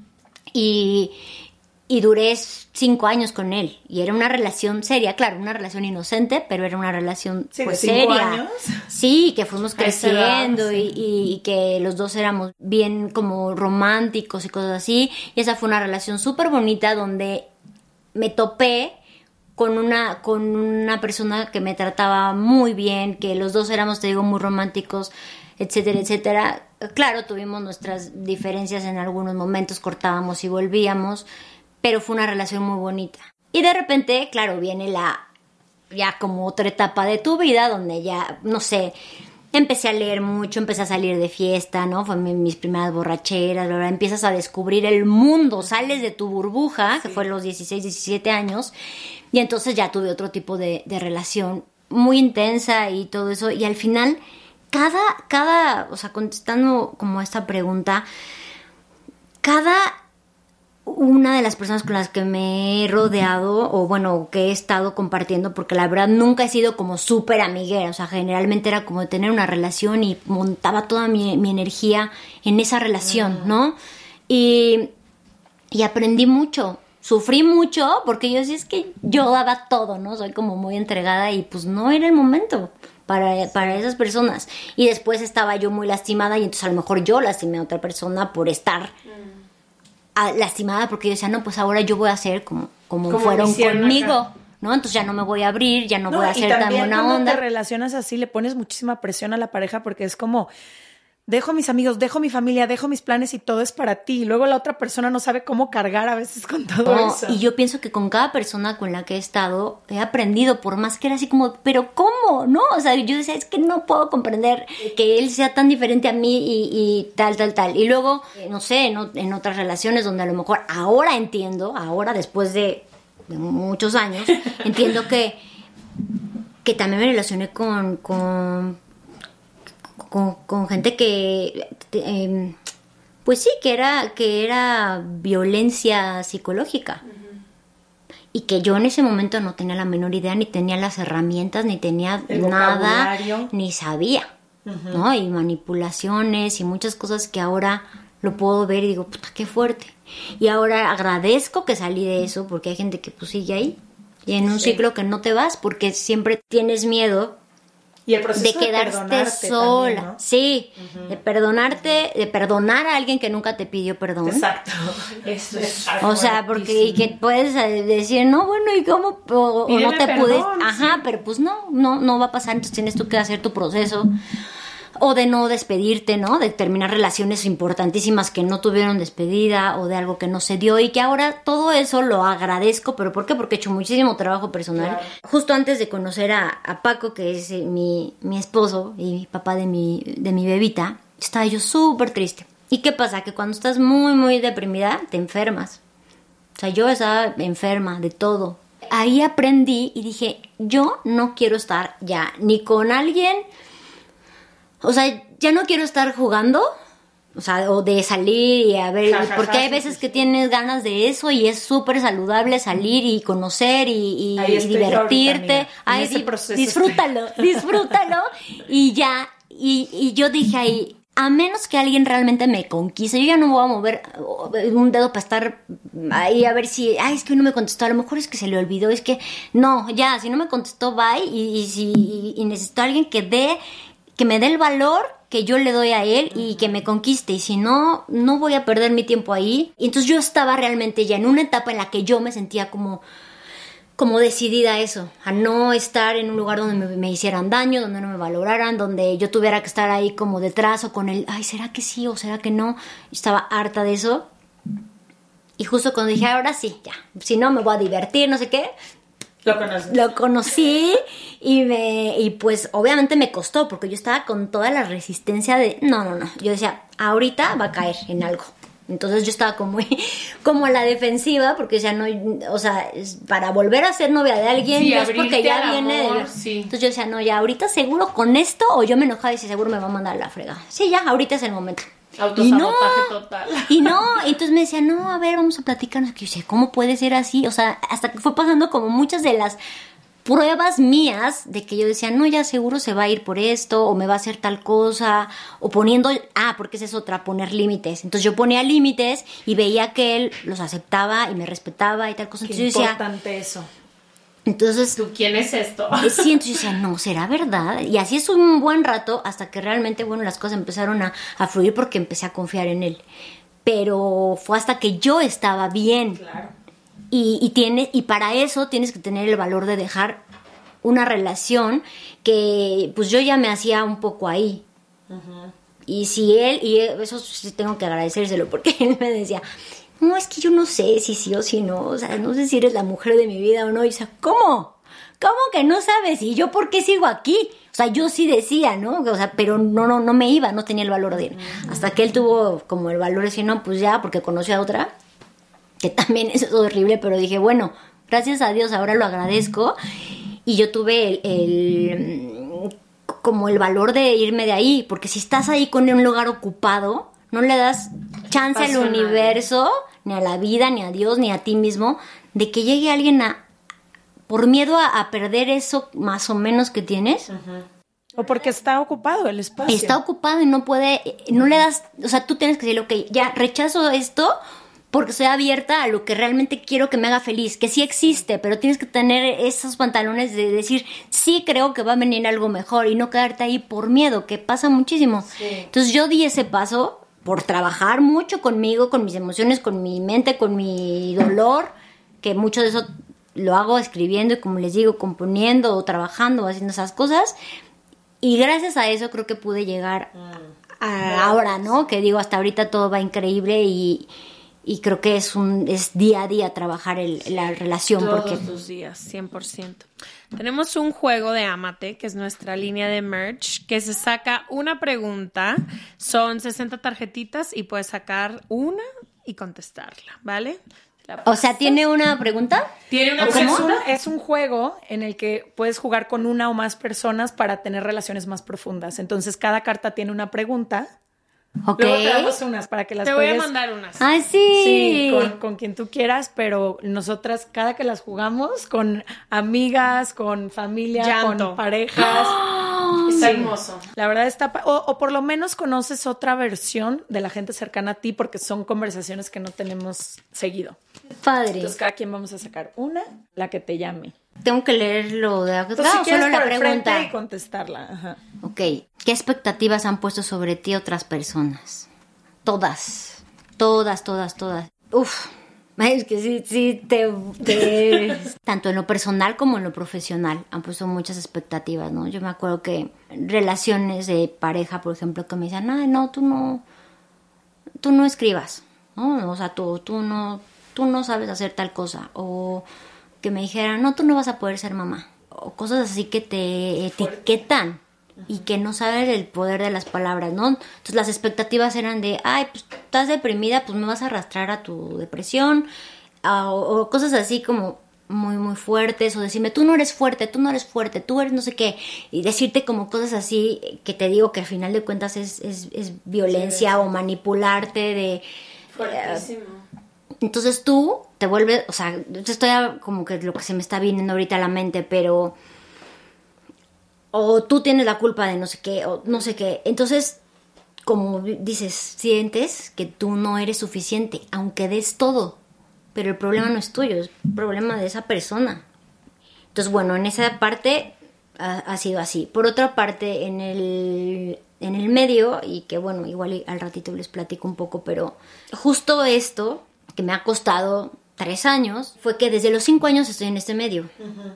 y, y duré cinco años con él y era una relación seria, claro, una relación inocente, pero era una relación sí, pues de cinco seria. Años. Sí, que fuimos creciendo edad, sí. y, y que los dos éramos bien como románticos y cosas así. Y esa fue una relación súper bonita donde me topé con una, con una persona que me trataba muy bien, que los dos éramos, te digo, muy románticos, etcétera, etcétera. Claro, tuvimos nuestras diferencias en algunos momentos, cortábamos y volvíamos, pero fue una relación muy bonita. Y de repente, claro, viene la, ya como otra etapa de tu vida, donde ya, no sé, empecé a leer mucho, empecé a salir de fiesta, ¿no? Fue mi, mis primeras borracheras, bla, bla. Empiezas a descubrir el mundo, sales de tu burbuja, sí. Que fue a los dieciséis, diecisiete años, y entonces ya tuve otro tipo de, de relación muy intensa y todo eso, y al final, cada, cada, o sea, contestando como esta pregunta, cada una de las personas con las que me he rodeado, o bueno, que he estado compartiendo, porque la verdad nunca he sido como súper amiguera, o sea, generalmente era como tener una relación y montaba toda mi, mi energía en esa relación, ¿no? Y, y aprendí mucho, sufrí mucho, porque yo sí es que yo daba todo, ¿no? Soy como muy entregada y pues no era el momento, para, para esas personas. Y después estaba yo muy lastimada y entonces a lo mejor yo lastimé a otra persona por estar mm. a, lastimada, porque yo decía, no, pues ahora yo voy a hacer como, como, como fueron conmigo. Acá. ¿No? Entonces ya no me voy a abrir, ya no, no voy a hacer tan buena cuando onda. Te relacionas así, le pones muchísima presión a la pareja porque es como, dejo mis amigos, dejo mi familia, dejo mis planes y todo es para ti. Y luego la otra persona no sabe cómo cargar a veces con todo no, eso. Y yo pienso que con cada persona con la que he estado he aprendido, por más que era así como, pero ¿cómo? ¿No? O sea, yo decía, es que no puedo comprender que él sea tan diferente a mí y, y tal, tal, tal. Y luego, no sé, en, en otras relaciones donde a lo mejor ahora entiendo, ahora después de... de muchos años, entiendo que que también me relacioné con con con, con gente que eh, pues sí, que era que era violencia psicológica. Uh-huh. Y que yo en ese momento no tenía la menor idea, ni tenía las herramientas, ni tenía el nada, ni sabía, uh-huh. ¿no? Y manipulaciones y muchas cosas que ahora lo puedo ver y digo, puta, qué fuerte. Y ahora agradezco que salí de eso, porque hay gente que pues sigue ahí y en un sí. ciclo que no te vas, porque siempre tienes miedo y el proceso de quedarte de sola, también, ¿no? sí, uh-huh. de perdonarte, de perdonar a alguien que nunca te pidió perdón. Exacto. Eso es o sea, porque y que puedes decir, no, bueno, ¿y cómo? O, o no te perdón, puedes, sí. ajá, pero pues no, no, no va a pasar, entonces tienes tú que hacer tu proceso. O de no despedirte, ¿no? De terminar relaciones importantísimas que no tuvieron despedida, o de algo que no se dio, y que ahora todo eso lo agradezco. ¿Pero por qué? Porque he hecho muchísimo trabajo personal. Claro. Justo antes de conocer a, a Paco, que es mi, mi esposo y papá de mi, de mi bebita, estaba yo súper triste. ¿Y qué pasa? Que cuando estás muy, muy deprimida, te enfermas. O sea, yo estaba enferma de todo. Ahí aprendí y dije, yo no quiero estar ya ni con alguien... O sea, ya no quiero estar jugando, o sea, o de salir y a ver, ja, ja, porque ja, hay veces sí, que sí. tienes ganas de eso y es súper saludable salir y conocer y, y, y divertirte. Ay, di- disfrútalo, estoy. disfrútalo. Y ya, y, y yo dije ahí, a menos que alguien realmente me conquiste, yo ya no voy a mover un dedo para estar ahí a ver si, ay, es que no me contestó, a lo mejor es que se le olvidó, es que, no, ya, si no me contestó, bye, y, y si y, y necesito a alguien que dé... que me dé el valor que yo le doy a él y que me conquiste, y si no, no voy a perder mi tiempo ahí. Y entonces yo estaba realmente ya en una etapa en la que yo me sentía como, como decidida a eso, a no estar en un lugar donde me, me hicieran daño, donde no me valoraran, donde yo tuviera que estar ahí como detrás o con el, ay, ¿será que sí o será que no? Estaba harta de eso. Y justo cuando dije, ahora sí, ya, si no me voy a divertir, no sé qué... Lo conocí. Lo conocí y me y pues obviamente me costó porque yo estaba con toda la resistencia de no, no, no. Yo decía, ahorita va a caer en algo. Entonces yo estaba como, como a la defensiva porque decía, no, o sea, para volver a ser novia de alguien, sí, no es porque ya viene amor, de... sí. Entonces yo decía, no, ya ahorita seguro con esto, o yo me enojaba y decía, seguro me va a mandar a la fregada. Sí, ya, ahorita es el momento. Autosabotaje y no, total. Y no, entonces me decía, no, a ver, vamos a platicarnos. Que yo decía, ¿cómo puede ser así? O sea, hasta que fue pasando como muchas de las pruebas mías de que yo decía, no, ya seguro se va a ir por esto, o me va a hacer tal cosa, o poniendo, ah, porque esa es otra, poner límites. Entonces yo ponía límites y veía que él los aceptaba y me respetaba y tal cosa. Entonces Qué yo decía, importante eso. Entonces, ¿tú quién es esto? Sí, entonces yo decía, no, ¿será verdad? Y así es un buen rato hasta que realmente, bueno, las cosas empezaron a, a fluir porque empecé a confiar en él. Pero fue hasta que yo estaba bien. Claro. Y, y, tiene, y para eso tienes que tener el valor de dejar una relación que pues yo ya me hacía un poco ahí. Uh-huh. Y si él, y eso sí tengo que agradecérselo porque él me decía, no, es que yo no sé si sí o si no, o sea, no sé si eres la mujer de mi vida o no. Y yo, ¿cómo? ¿Cómo que no sabes? ¿Y yo por qué sigo aquí? O sea, yo sí decía, ¿no? O sea, pero no, no, no me iba, no tenía el valor de ir. Uh-huh. Hasta que él tuvo como el valor de decir, no, pues ya, porque conoció a otra, que también eso es horrible, pero dije, bueno, gracias a Dios, ahora lo agradezco. Y yo tuve el, el como el valor de irme de ahí, porque si estás ahí con un lugar ocupado, no le das chance al universo, ni a la vida, ni a Dios, ni a ti mismo, de que llegue alguien a, por miedo a, a perder eso más o menos que tienes. Uh-huh. O porque está ocupado el espacio. Está ocupado y no puede, no le das, o sea, tú tienes que decir, ok, ya rechazo esto, porque soy abierta a lo que realmente quiero que me haga feliz, que sí existe, pero tienes que tener esos pantalones de decir, sí creo que va a venir algo mejor y no quedarte ahí por miedo, que pasa muchísimo. Sí. Entonces yo di ese paso por trabajar mucho conmigo, con mis emociones, con mi mente, con mi dolor, que mucho de eso lo hago escribiendo y, como les digo, componiendo o trabajando o haciendo esas cosas. Y gracias a eso creo que pude llegar mm. a ahora, ¿no? Que digo, hasta ahorita todo va increíble y... Y creo que es un es día a día trabajar el, la relación. Todos porque... los días, cien por ciento. Tenemos un juego de Ámate, que es nuestra línea de merch, que se saca una pregunta, son sesenta tarjetitas y puedes sacar una y contestarla, ¿vale? O sea, ¿tiene una pregunta? ¿Tiene una o sea, pregunta? es, un, es un juego en el que puedes jugar con una o más personas para tener relaciones más profundas. Entonces, cada carta tiene una pregunta. Ok. Luego te damos unas para que las Te juegues. voy a mandar unas. ¡Ay, sí! Sí, con, con quien tú quieras, pero nosotras cada que las jugamos con amigas, con familia, Llanto. con parejas. ¡Oh! Está Sí. hermoso. La verdad está... pa- O, o por lo menos conoces otra versión de la gente cercana a ti porque son conversaciones que no tenemos seguido. Padre. Entonces cada quien vamos a sacar una, la que te llame. Tengo que leer lo de acá. Entonces, No, si quieres solo la por el frente pregunta. y contestarla. Ajá. Ok. ¿Qué expectativas han puesto sobre ti otras personas? Todas. Todas, todas, todas. Uf. Ay, es que sí, sí, te, te... Tanto en lo personal como en lo profesional han puesto muchas expectativas, ¿no? Yo me acuerdo que relaciones de pareja, por ejemplo, que me decían, ay, no, tú no, tú no escribas, ¿no? O sea, tú, tú no, tú no sabes hacer tal cosa. O que me dijeran, no, tú no vas a poder ser mamá. O cosas así que te etiquetan. Y que no sabes el poder de las palabras, ¿no? Entonces las expectativas eran de, ay, pues estás deprimida, pues me vas a arrastrar a tu depresión, a, o, o cosas así como muy, muy fuertes, o decirme, tú no eres fuerte, tú no eres fuerte, tú eres no sé qué, y decirte como cosas así que te digo que al final de cuentas es, es, es violencia, sí, o manipularte de... Fuertísimo. Uh, entonces tú te vuelves, o sea, estoy a, como que lo que se me está viniendo ahorita a la mente, pero... O tú tienes la culpa de no sé qué, o no sé qué. Entonces, como dices, sientes que tú no eres suficiente, aunque des todo. Pero el problema no es tuyo, es el problema de esa persona. Entonces, bueno, en esa parte ha, ha sido así. Por otra parte, en el, en el medio, y que bueno, igual al ratito les platico un poco, pero justo esto, que me ha costado tres años, fue que desde los cinco años estoy en este medio. Uh-huh.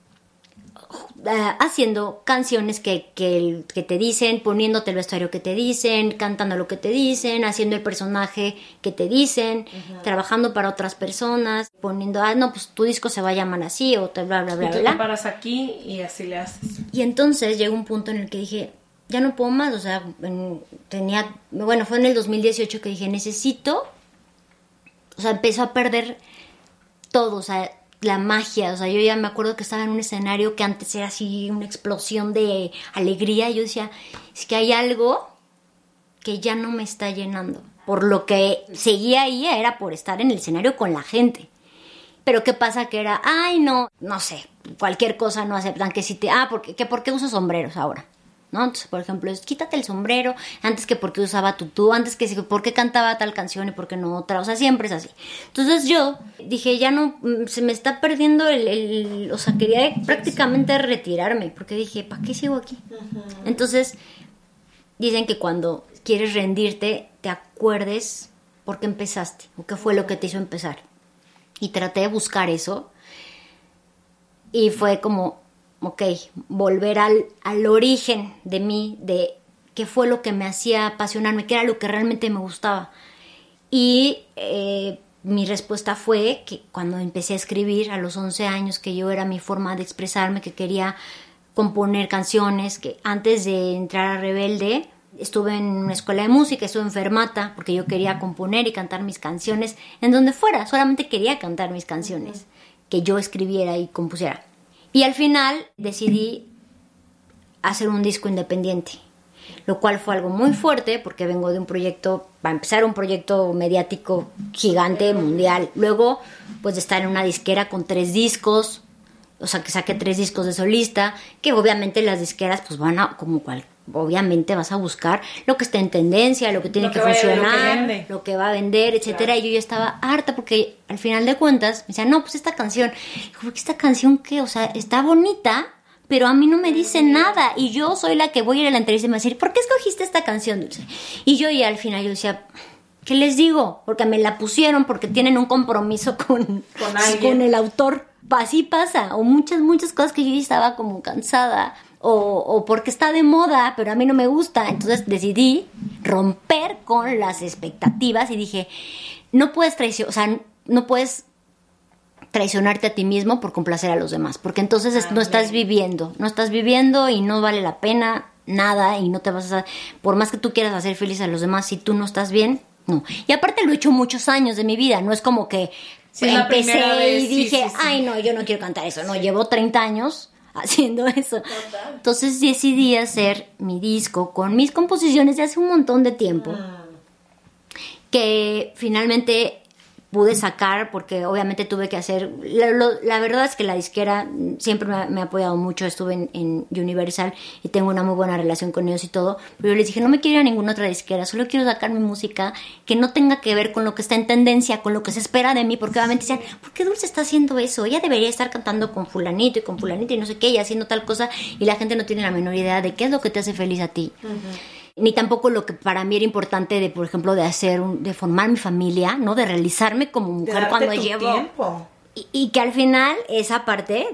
Uh, haciendo canciones que, que, que te dicen, poniéndote el vestuario que te dicen, cantando lo que te dicen, haciendo el personaje que te dicen, uh-huh, trabajando para otras personas, poniendo, ah, no, pues tu disco se va a llamar así, o te bla, bla, bla, y tú bla. te paras aquí y así le haces. Y entonces llegó un punto en el que dije, ya no puedo más, o sea, en, tenía, bueno, fue en el dos mil dieciocho que dije, necesito, o sea, empezó a perder todo, o sea, la magia, o sea, yo ya me acuerdo que estaba en un escenario que antes era así una explosión de alegría, y yo decía, es que hay algo que ya no me está llenando, por lo que seguía ahí era por estar en el escenario con la gente, pero qué pasa que era, ay no, no sé, cualquier cosa no aceptan, que si te, ah, porque, que por qué uso sombreros ahora, ¿no? Entonces, por ejemplo, es quítate el sombrero, antes que por qué usaba tutú, antes que por qué cantaba tal canción y por qué no otra, o sea, siempre es así. Entonces yo dije, ya no, se me está perdiendo el, el o sea, quería prácticamente retirarme, porque dije, ¿para qué sigo aquí? Uh-huh. Entonces, dicen que cuando quieres rendirte, te acuerdes por qué empezaste, o qué fue lo que te hizo empezar. Y traté de buscar eso, y fue como... ok, volver al, al origen de mí, de qué fue lo que me hacía apasionarme, qué era lo que realmente me gustaba. Y eh, mi respuesta fue que cuando empecé a escribir a los once años, que yo era mi forma de expresarme, que quería componer canciones, que antes de entrar a Rebelde estuve en una escuela de música, estuve en Fermata, porque yo quería componer y cantar mis canciones en donde fuera, solamente quería cantar mis canciones, que yo escribiera y compusiera. Y al final decidí hacer un disco independiente, lo cual fue algo muy fuerte porque vengo de un proyecto, para empezar un proyecto mediático gigante, mundial, luego pues de estar en una disquera con tres discos, o sea que saqué tres discos de solista, que obviamente las disqueras pues van a, como cual, obviamente vas a buscar lo que está en tendencia, lo que tiene Lo que, que vaya- funcionar, lo que vende. lo que va a vender, etcétera. Y yo ya estaba harta porque al final de cuentas me decían, no, pues esta canción. Digo, ¿por qué esta canción qué? O sea, está bonita, pero a mí no me dice nada. Y yo soy la que voy a ir a la entrevista y me va a decir, ¿por qué escogiste esta canción, Dulce? Y yo ya al final yo decía, ¿qué les digo? Porque me la pusieron, porque tienen un compromiso con, Con alguien. con el autor. Así pasa. O muchas, muchas cosas que yo ya estaba como cansada. O, o porque está de moda, pero a mí no me gusta. Entonces decidí romper con las expectativas y dije, no puedes traicionar, o sea, no puedes traicionarte a ti mismo por complacer a los demás, porque entonces es- no estás viviendo, no estás viviendo y no vale la pena nada y no te vas a, por más que tú quieras hacer feliz a los demás, si tú no estás bien, no. Y aparte lo he hecho muchos años de mi vida, no es como que Sí, la primera empecé vez, y sí, dije, sí, sí. ay no, yo no quiero cantar eso, no, llevo treinta años haciendo eso. Entonces decidí hacer mi disco con mis composiciones de hace un montón de tiempo, que finalmente pude sacar porque obviamente tuve que hacer, la, lo- la verdad es que la disquera siempre me ha, me ha apoyado mucho, estuve en, en Universal y tengo una muy buena relación con ellos y todo, pero yo les dije, no me quiero ir a ninguna otra disquera, solo quiero sacar mi música que no tenga que ver con lo que está en tendencia, con lo que se espera de mí, porque obviamente decían, ¿por qué Dulce está haciendo eso? Ella debería estar cantando con fulanito y con fulanito y no sé qué, y haciendo tal cosa, y la gente no tiene la menor idea de qué es lo que te hace feliz a ti. Ni tampoco lo que para mí era importante de, por ejemplo, de hacer, un, de formar mi familia, ¿no? De realizarme como De mujer darte cuando tu llevo... tiempo. Y, y que al final esa parte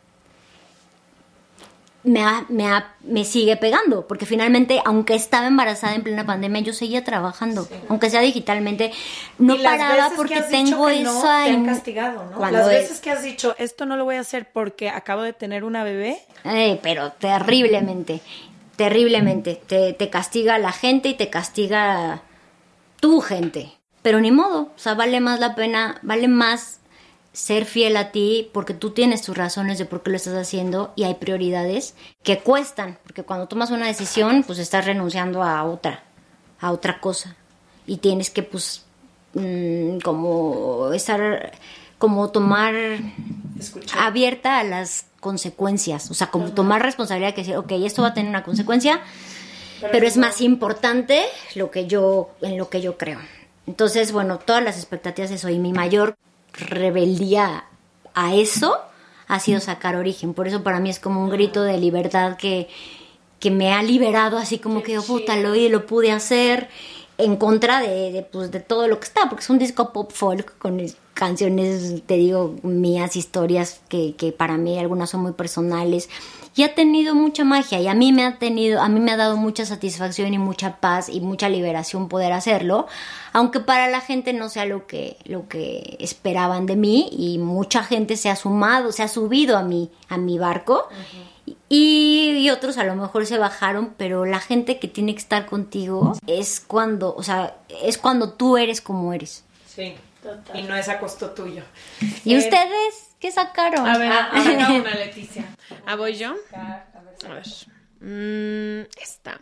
me, ha- me, ha- me sigue pegando, porque finalmente, aunque estaba embarazada en plena pandemia, yo seguía trabajando, aunque sea digitalmente, no Y las paraba veces que porque has dicho tengo que no, esa... te han in- castigado, ¿no? Cuando Las es- veces que has dicho, esto no lo voy a hacer porque acabo de tener una bebé. Eh, pero terriblemente, terriblemente. Te, te castiga la gente y te castiga tu gente. Pero ni modo, o sea, vale más la pena, vale más ser fiel a ti porque tú tienes tus razones de por qué lo estás haciendo y hay prioridades que cuestan, porque cuando tomas una decisión, pues estás renunciando a otra, a otra cosa. Y tienes que, pues, mm, como estar, como tomar Escuchar. abierta a las consecuencias, o sea, como tomar responsabilidad que decir, ok, esto va a tener una consecuencia, pero es más importante lo que yo, en lo que yo creo. Entonces, bueno, todas las expectativas de eso y mi mayor rebeldía a eso ha sido sacar Origen. Por eso para mí es como un grito de libertad que, que me ha liberado, así como que, oh, puta, lo, lo pude hacer en contra de, de, pues, de todo lo que está, porque es un disco pop folk con es- canciones, te digo, mías, historias que, que para mí algunas son muy personales y ha tenido mucha magia y a mí me ha tenido, a mí me ha dado mucha satisfacción y mucha paz y mucha liberación poder hacerlo, aunque para la gente no sea lo que, lo que esperaban de mí y mucha gente se ha sumado, se ha subido a mi, a mi barco. Y, y otros a lo mejor se bajaron, pero la gente que tiene que estar contigo es cuando, o sea, es cuando tú eres como eres. Sí, y no es a costo tuyo. ¿Y Eh, ustedes qué sacaron? A ver, Ah, ah, saca una, Leticia. ¿Ah, voy yo? A ver. Mm, esta.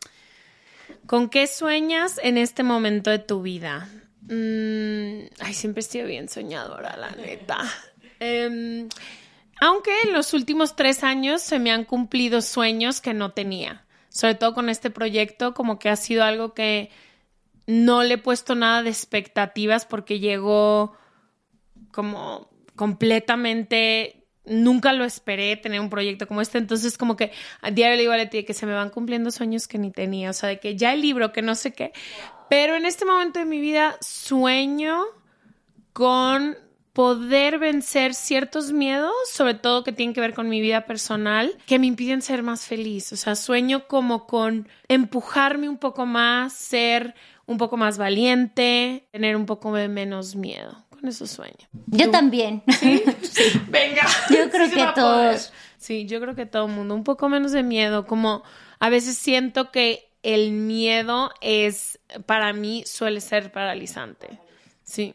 ¿Con qué sueñas en este momento de tu vida? Mm, ay, siempre estoy bien soñadora, la neta. Em, aunque en los últimos tres años se me han cumplido sueños que no tenía. Sobre todo con este proyecto, como que ha sido algo que no le he puesto nada de expectativas porque llegó como completamente, nunca lo esperé tener un proyecto como este, entonces como que a diario le digo a Leti que se me van cumpliendo sueños que ni tenía, o sea, de que ya el libro, que no sé qué, pero en este momento de mi vida sueño con poder vencer ciertos miedos, sobre todo que tienen que ver con mi vida personal, que me impiden ser más feliz, o sea, sueño como con empujarme un poco más, ser un poco más valiente, tener un poco de menos miedo. Con eso sueño. Yo ¿Tú? también. Sí. Venga. Yo creo Sí se que va a poder. todos. Sí, yo creo que todo el mundo. Un poco menos de miedo. Como a veces siento que el miedo es, para mí, suele ser paralizante. Sí.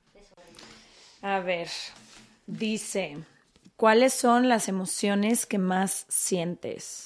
A ver, dice, ¿cuáles son las emociones que más sientes?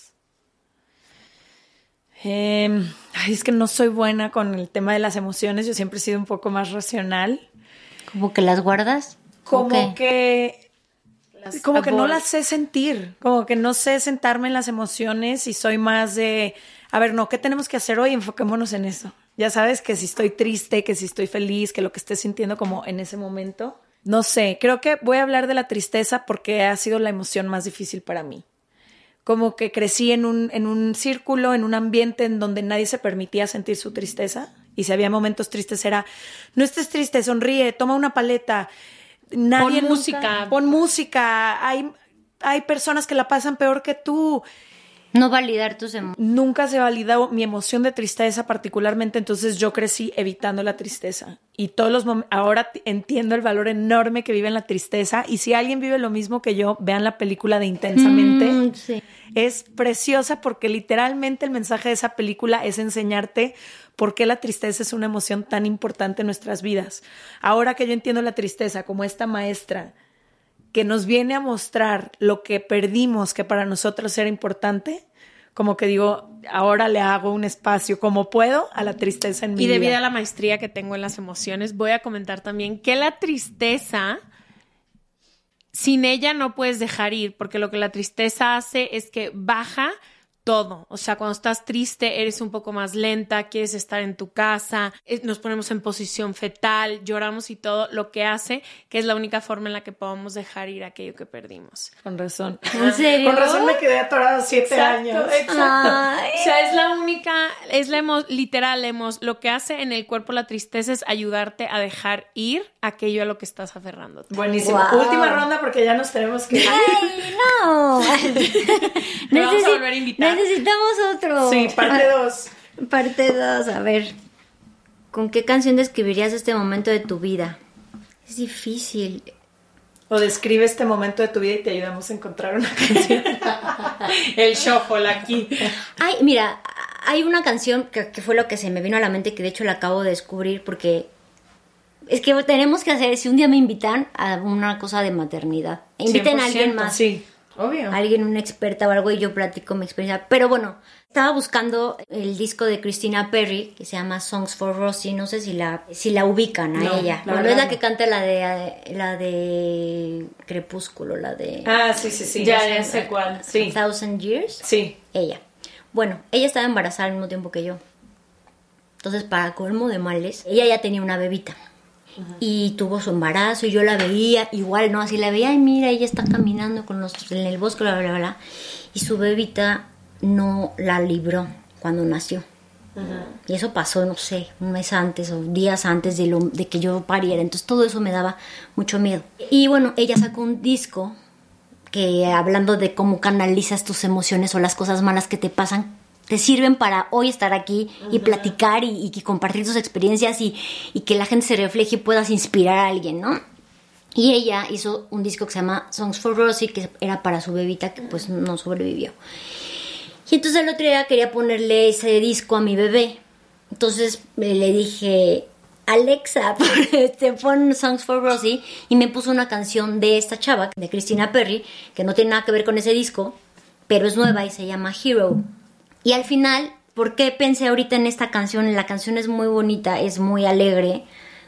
Eh, ay, es que no soy buena con el tema de las emociones, yo siempre he sido un poco más racional. ¿Como que las guardas? Como ¿O qué? que... Las Como que no abor- las sé sentir, como que no sé sentarme en las emociones y soy más de a ver, no, ¿qué tenemos que hacer hoy? Enfoquémonos en eso. Ya sabes que si estoy triste, que si estoy feliz, que lo que esté sintiendo como en ese momento. No sé, creo que voy a hablar de la tristeza porque ha sido la emoción más difícil para mí. Como que crecí en un, en un círculo, en un ambiente en donde nadie se permitía sentir su tristeza. Y si había momentos tristes era, no estés triste, sonríe, toma una paleta. Nadie pon nunca, música. Pon música. Hay, hay personas que la pasan peor que tú. No validar tus emociones. Nunca se validó mi emoción de tristeza particularmente, entonces yo crecí evitando la tristeza. Y todos los mom- ahora t- entiendo el valor enorme que vive en la tristeza. Y si alguien vive lo mismo que yo, vean la película de Intensamente. Mm, sí. Es preciosa porque literalmente el mensaje de esa película es enseñarte por qué la tristeza es una emoción tan importante en nuestras vidas. Ahora que yo entiendo la tristeza como esta maestra que nos viene a mostrar lo que perdimos, que para nosotros era importante, como que digo, ahora le hago un espacio como puedo a la tristeza en mi vida. Y debido a la maestría que tengo en las emociones, voy a comentar también que la tristeza, sin ella no puedes dejar ir, porque lo que la tristeza hace es que baja todo. O sea, cuando estás triste eres un poco más lenta, quieres estar en tu casa, nos ponemos en posición fetal, lloramos y todo, lo que hace que es la única forma en la que podamos dejar ir aquello que perdimos. Con razón. ¿En serio? Con razón me quedé atorada siete Exacto, años. exacto. Ay. O sea, es la única, es la emo, literal, emos, lo que hace en el cuerpo la tristeza es ayudarte a dejar ir aquello a lo que estás aferrándote. Buenísimo. Wow. Última ronda porque ya nos tenemos que ir. ¡Ay, no! Te vamos a volver a invitar. Necesitamos otro. Sí, parte dos. Parte dos. A ver, ¿con qué canción describirías este momento de tu vida? Es difícil. O describe este momento de tu vida y te ayudamos a encontrar una canción. El shuffle aquí. Ay, mira, hay una canción que, que fue lo que se me vino a la mente, que de hecho la acabo de descubrir, porque es que tenemos que hacer, si un día me invitan a una cosa de maternidad, inviten a alguien más. Sí, obvio. Alguien, una experta o algo, y yo platico mi experiencia. Pero bueno, estaba buscando el disco de Christina Perri, que se llama Songs for Rosie. No sé si la, si la ubican a No, ella. la Bueno, verdad es la no. que canta la de la de Crepúsculo, la de Ah, sí, sí, sí. Ya, ya sé cuál. Sí. Thousand Years. Sí. Ella. Bueno, ella estaba embarazada al mismo tiempo que yo. Entonces, para colmo de males, ella ya tenía una bebita. Y tuvo su embarazo y yo la veía igual, ¿no? Así la veía, ay, mira, ella está caminando con los, en el bosque, bla, bla, bla. Y su bebita no la libró cuando nació. Uh-huh. Y eso pasó, no sé, un mes antes o días antes de, lo, de que yo pariera. Entonces todo eso me daba mucho miedo. Y bueno, ella sacó un disco que, hablando de cómo canalizas tus emociones o las cosas malas que te pasan, te sirven para hoy estar aquí y platicar y, y compartir tus experiencias y, y que la gente se refleje y puedas inspirar a alguien, ¿no? Y ella hizo un disco que se llama Songs for Rosie, que era para su bebita, que pues no sobrevivió. Y entonces el otro día quería ponerle ese disco a mi bebé. Entonces le dije, Alexa, te pon Songs for Rosie, y me puso una canción de esta chava, de Christina Perri, que no tiene nada que ver con ese disco, pero es nueva y se llama Hero. Y al final, ¿por qué pensé ahorita en esta canción? La canción es muy bonita, es muy alegre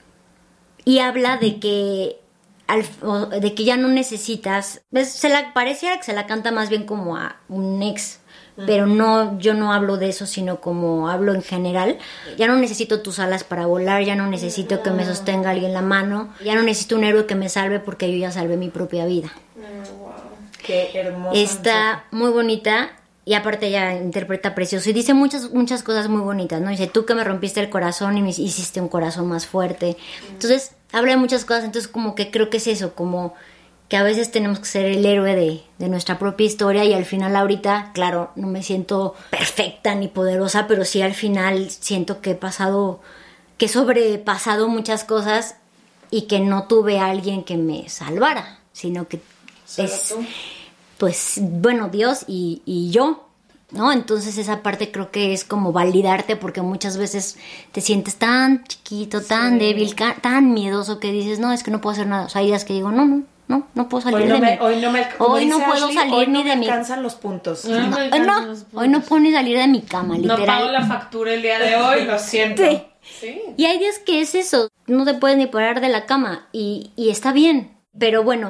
y habla de que al, de que ya no necesitas, ¿ves? Se la pareciera que se la canta más bien como a un ex, uh-huh. Pero no, yo no hablo de eso, sino como hablo en general. Ya no necesito tus alas para volar, ya no necesito uh-huh. que me sostenga alguien la mano, ya no necesito un héroe que me salve porque yo ya salvé mi propia vida. Uh, wow. Qué hermoso. Está muy bonita. Y aparte ella interpreta precioso y dice muchas muchas cosas muy bonitas, ¿no? Dice, tú que me rompiste el corazón y me hiciste un corazón más fuerte. Entonces, habla de muchas cosas. Entonces, como que creo que es eso, como que a veces tenemos que ser el héroe de, de nuestra propia historia. Y al final ahorita, claro, no me siento perfecta ni poderosa, pero sí al final siento que he pasado, que he sobrepasado muchas cosas y que no tuve a alguien que me salvara, sino que es... Tú? Pues, bueno, Dios y, y yo, ¿no? Entonces esa parte creo que es como validarte, porque muchas veces te sientes tan chiquito, tan sí. débil, tan miedoso que dices, no, es que no puedo hacer nada. O sea, hay días que digo, no, no, no, no puedo salir hoy no de me, mi... Hoy no, me, hoy no puedo Ashley, salir hoy ni no de me mi... Hoy alcanzan los puntos. No, no, hoy, no, los puntos. Hoy no puedo ni salir de mi cama, literal. No pago la factura el día de hoy, lo siento. Sí. Sí. Y hay días que es eso, no te puedes ni parar de la cama y, y está bien. Pero bueno,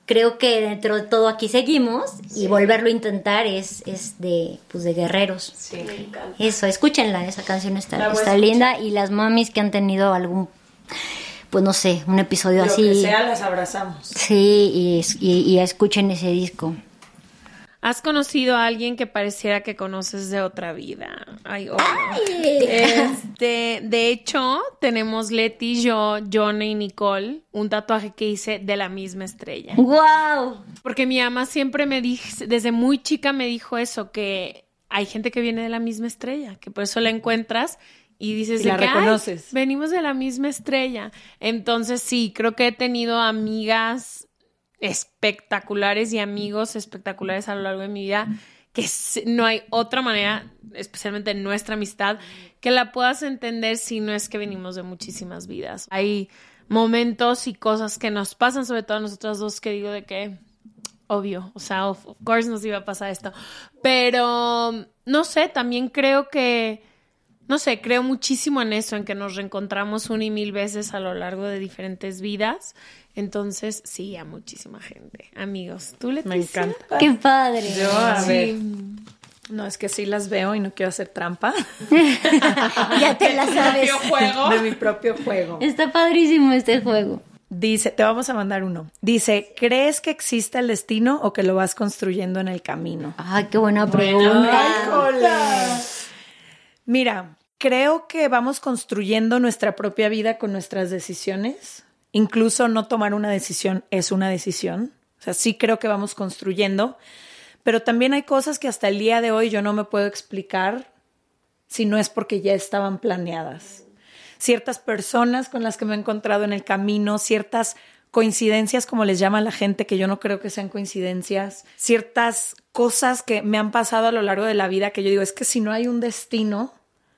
creo que dentro de todo aquí seguimos sí. y volverlo a intentar es, es de, pues de guerreros. Sí, me encanta. Eso, escúchenla, esa canción está, está linda y las mamis que han tenido algún, pues no sé, un episodio Lo así. Lo que sea, las abrazamos. Sí, y, y, y escuchen ese disco. ¿Has conocido a alguien que pareciera que conoces de otra vida? Ay, obvio. Ay. Este, de hecho, tenemos Leti, yo, Johnny y Nicole, un tatuaje que hice de la misma estrella. ¡Wow! Porque mi mamá siempre me dijo, desde muy chica me dijo eso, que hay gente que viene de la misma estrella, que por eso la encuentras y dices y de la que reconoces. venimos de la misma estrella. Entonces sí, creo que he tenido amigas espectaculares y amigos espectaculares a lo largo de mi vida, que no hay otra manera, especialmente en nuestra amistad, que la puedas entender si no es que venimos de muchísimas vidas. Hay momentos y cosas que nos pasan, sobre todo a nosotras dos, que digo de que obvio, o sea, of, of course nos iba a pasar esto, pero no sé, también creo que no sé, creo muchísimo en eso, en que nos reencontramos una y mil veces a lo largo de diferentes vidas. Entonces, sí, a muchísima gente. Amigos, ¿tú, Leticia? Me encanta. ¡Qué padre! Yo, a Sí. ver, no, es que sí las veo y no quiero hacer trampa. Ya te la sabes. juego. De mi propio juego. Está padrísimo este juego. Dice, te vamos a mandar uno. Dice, ¿crees que existe el destino o que lo vas construyendo en el camino? Ay, qué buena pregunta. ¡Ay, hola! Mira, creo que vamos construyendo nuestra propia vida con nuestras decisiones. Incluso no tomar una decisión es una decisión. O sea, sí creo que vamos construyendo. Pero también hay cosas que hasta el día de hoy yo no me puedo explicar si no es porque ya estaban planeadas. Ciertas personas con las que me he encontrado en el camino, ciertas coincidencias, como les llama la gente, que yo no creo que sean coincidencias, ciertas cosas que me han pasado a lo largo de la vida que yo digo, es que si no hay un destino,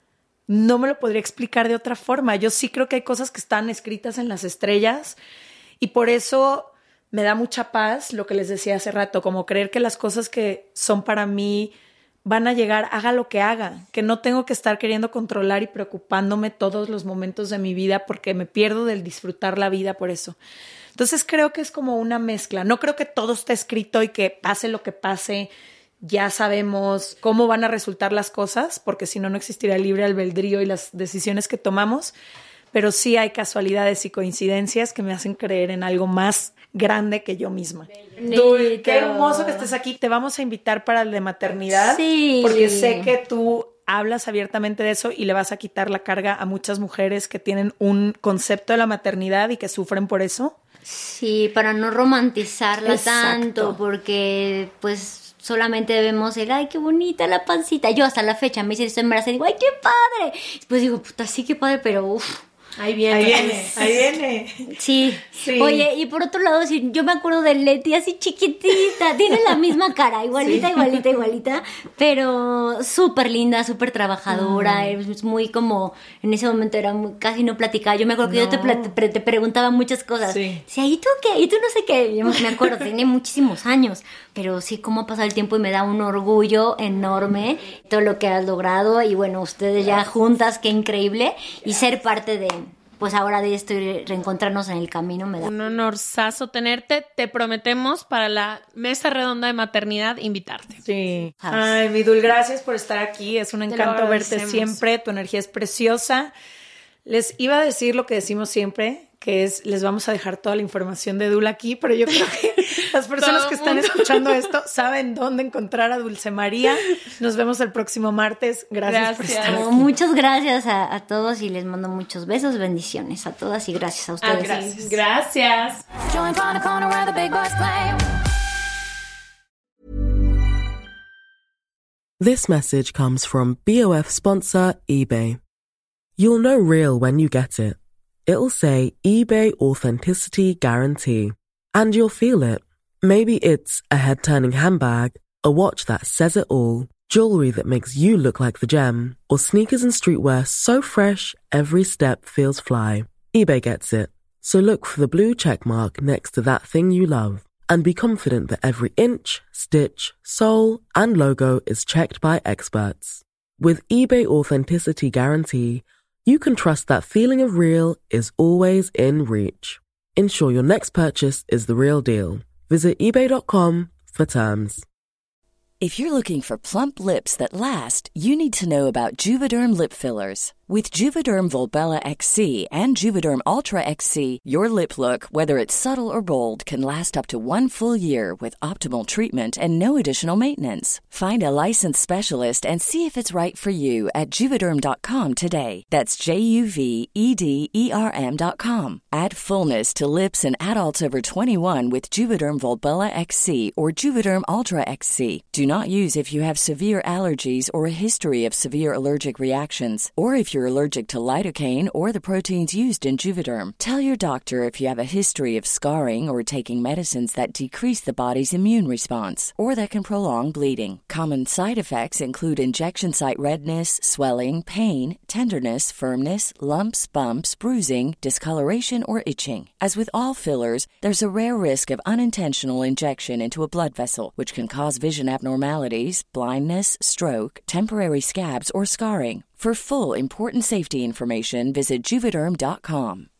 no me lo podría explicar de otra forma. Yo sí creo que hay cosas que están escritas en las estrellas y por eso me da mucha paz lo que les decía hace rato, como creer que las cosas que son para mí van a llegar, haga lo que haga, que no tengo que estar queriendo controlar y preocupándome todos los momentos de mi vida porque me pierdo del disfrutar la vida por eso. Entonces creo que es como una mezcla. No creo que todo esté escrito y que pase lo que pase, ya sabemos cómo van a resultar las cosas, porque si no, no existiría el libre albedrío y las decisiones que tomamos, pero sí hay casualidades y coincidencias que me hacen creer en algo más grande que yo misma. Dul, qué hermoso que estés aquí. Te vamos a invitar para el de maternidad, sí, porque sé que tú hablas abiertamente de eso y le vas a quitar la carga a muchas mujeres que tienen un concepto de la maternidad y que sufren por eso. Sí, para no romantizarla Exacto. tanto, porque pues solamente vemos el, ay, qué bonita la pancita. Yo hasta la fecha me hice esto embarazada y digo, ay, qué padre. Después digo, puta, sí, qué padre, pero uff. Ahí viene, ahí viene, ahí viene. Sí. Sí. Oye, y por otro lado, sí, yo me acuerdo de Leti así chiquitita, tiene la misma cara, igualita, sí. igualita, igualita, pero súper linda, súper trabajadora, mm. es muy como, en ese momento era muy, casi no platicaba, yo me acuerdo que no. yo te, te, te preguntaba muchas cosas, sí, sí, ¿y tú qué? ¿Y tú no sé qué? Yo me acuerdo, tiene muchísimos años, pero sí, cómo ha pasado el tiempo y me da un orgullo enorme todo lo que has logrado y bueno, ustedes ya juntas, qué increíble, y ser parte de... pues ahora de esto y reencontrarnos en el camino me da un honorazo tenerte. Te prometemos para la mesa redonda de maternidad invitarte. Sí. Ay, mi Dul, gracias por estar aquí. Es un encanto verte siempre. Tu energía es preciosa. Les iba a decir lo que decimos siempre, que es, les vamos a dejar toda la información de Dul aquí, pero yo creo que las personas que están escuchando esto saben dónde encontrar a Dulce María. Nos vemos el próximo martes. Gracias, gracias. por estar aquí. Muchas gracias a, a todos y les mando muchos besos, bendiciones a todas y gracias a ustedes. Ah, gracias. Gracias. This message comes from B O F sponsor eBay. You'll know real when you get it. It'll say eBay Authenticity Guarantee. And you'll feel it. Maybe it's a head-turning handbag, a watch that says it all, jewelry that makes you look like the gem, or sneakers and streetwear so fresh every step feels fly. eBay gets it. So look for the blue check mark next to that thing you love. And be confident that every inch, stitch, sole, and logo is checked by experts. With eBay Authenticity Guarantee, you can trust that feeling of real is always in reach. Ensure your next purchase is the real deal. Visit ebay dot com for terms. If you're looking for plump lips that last, you need to know about Juvederm lip fillers. With Juvederm Volbella X C and Juvederm Ultra X C, your lip look, whether it's subtle or bold, can last up to one full year with optimal treatment and no additional maintenance. Find a licensed specialist and see if it's right for you at Juvederm dot com today. That's J U V E D E R M dot com. Add fullness to lips in adults over twenty-one with Juvederm Volbella X C or Juvederm Ultra X C. Do not use if you have severe allergies or a history of severe allergic reactions, or if you're allergic to lidocaine or the proteins used in Juvederm. Tell your doctor if you have a history of scarring or taking medicines that decrease the body's immune response or that can prolong bleeding. Common side effects include injection site redness, swelling, pain, tenderness, firmness, lumps, bumps, bruising, discoloration, or itching. As with all fillers, there's a rare risk of unintentional injection into a blood vessel, which can cause vision abnormalities, blindness, stroke, temporary scabs, or scarring. For full, important safety information, visit Juvederm dot com.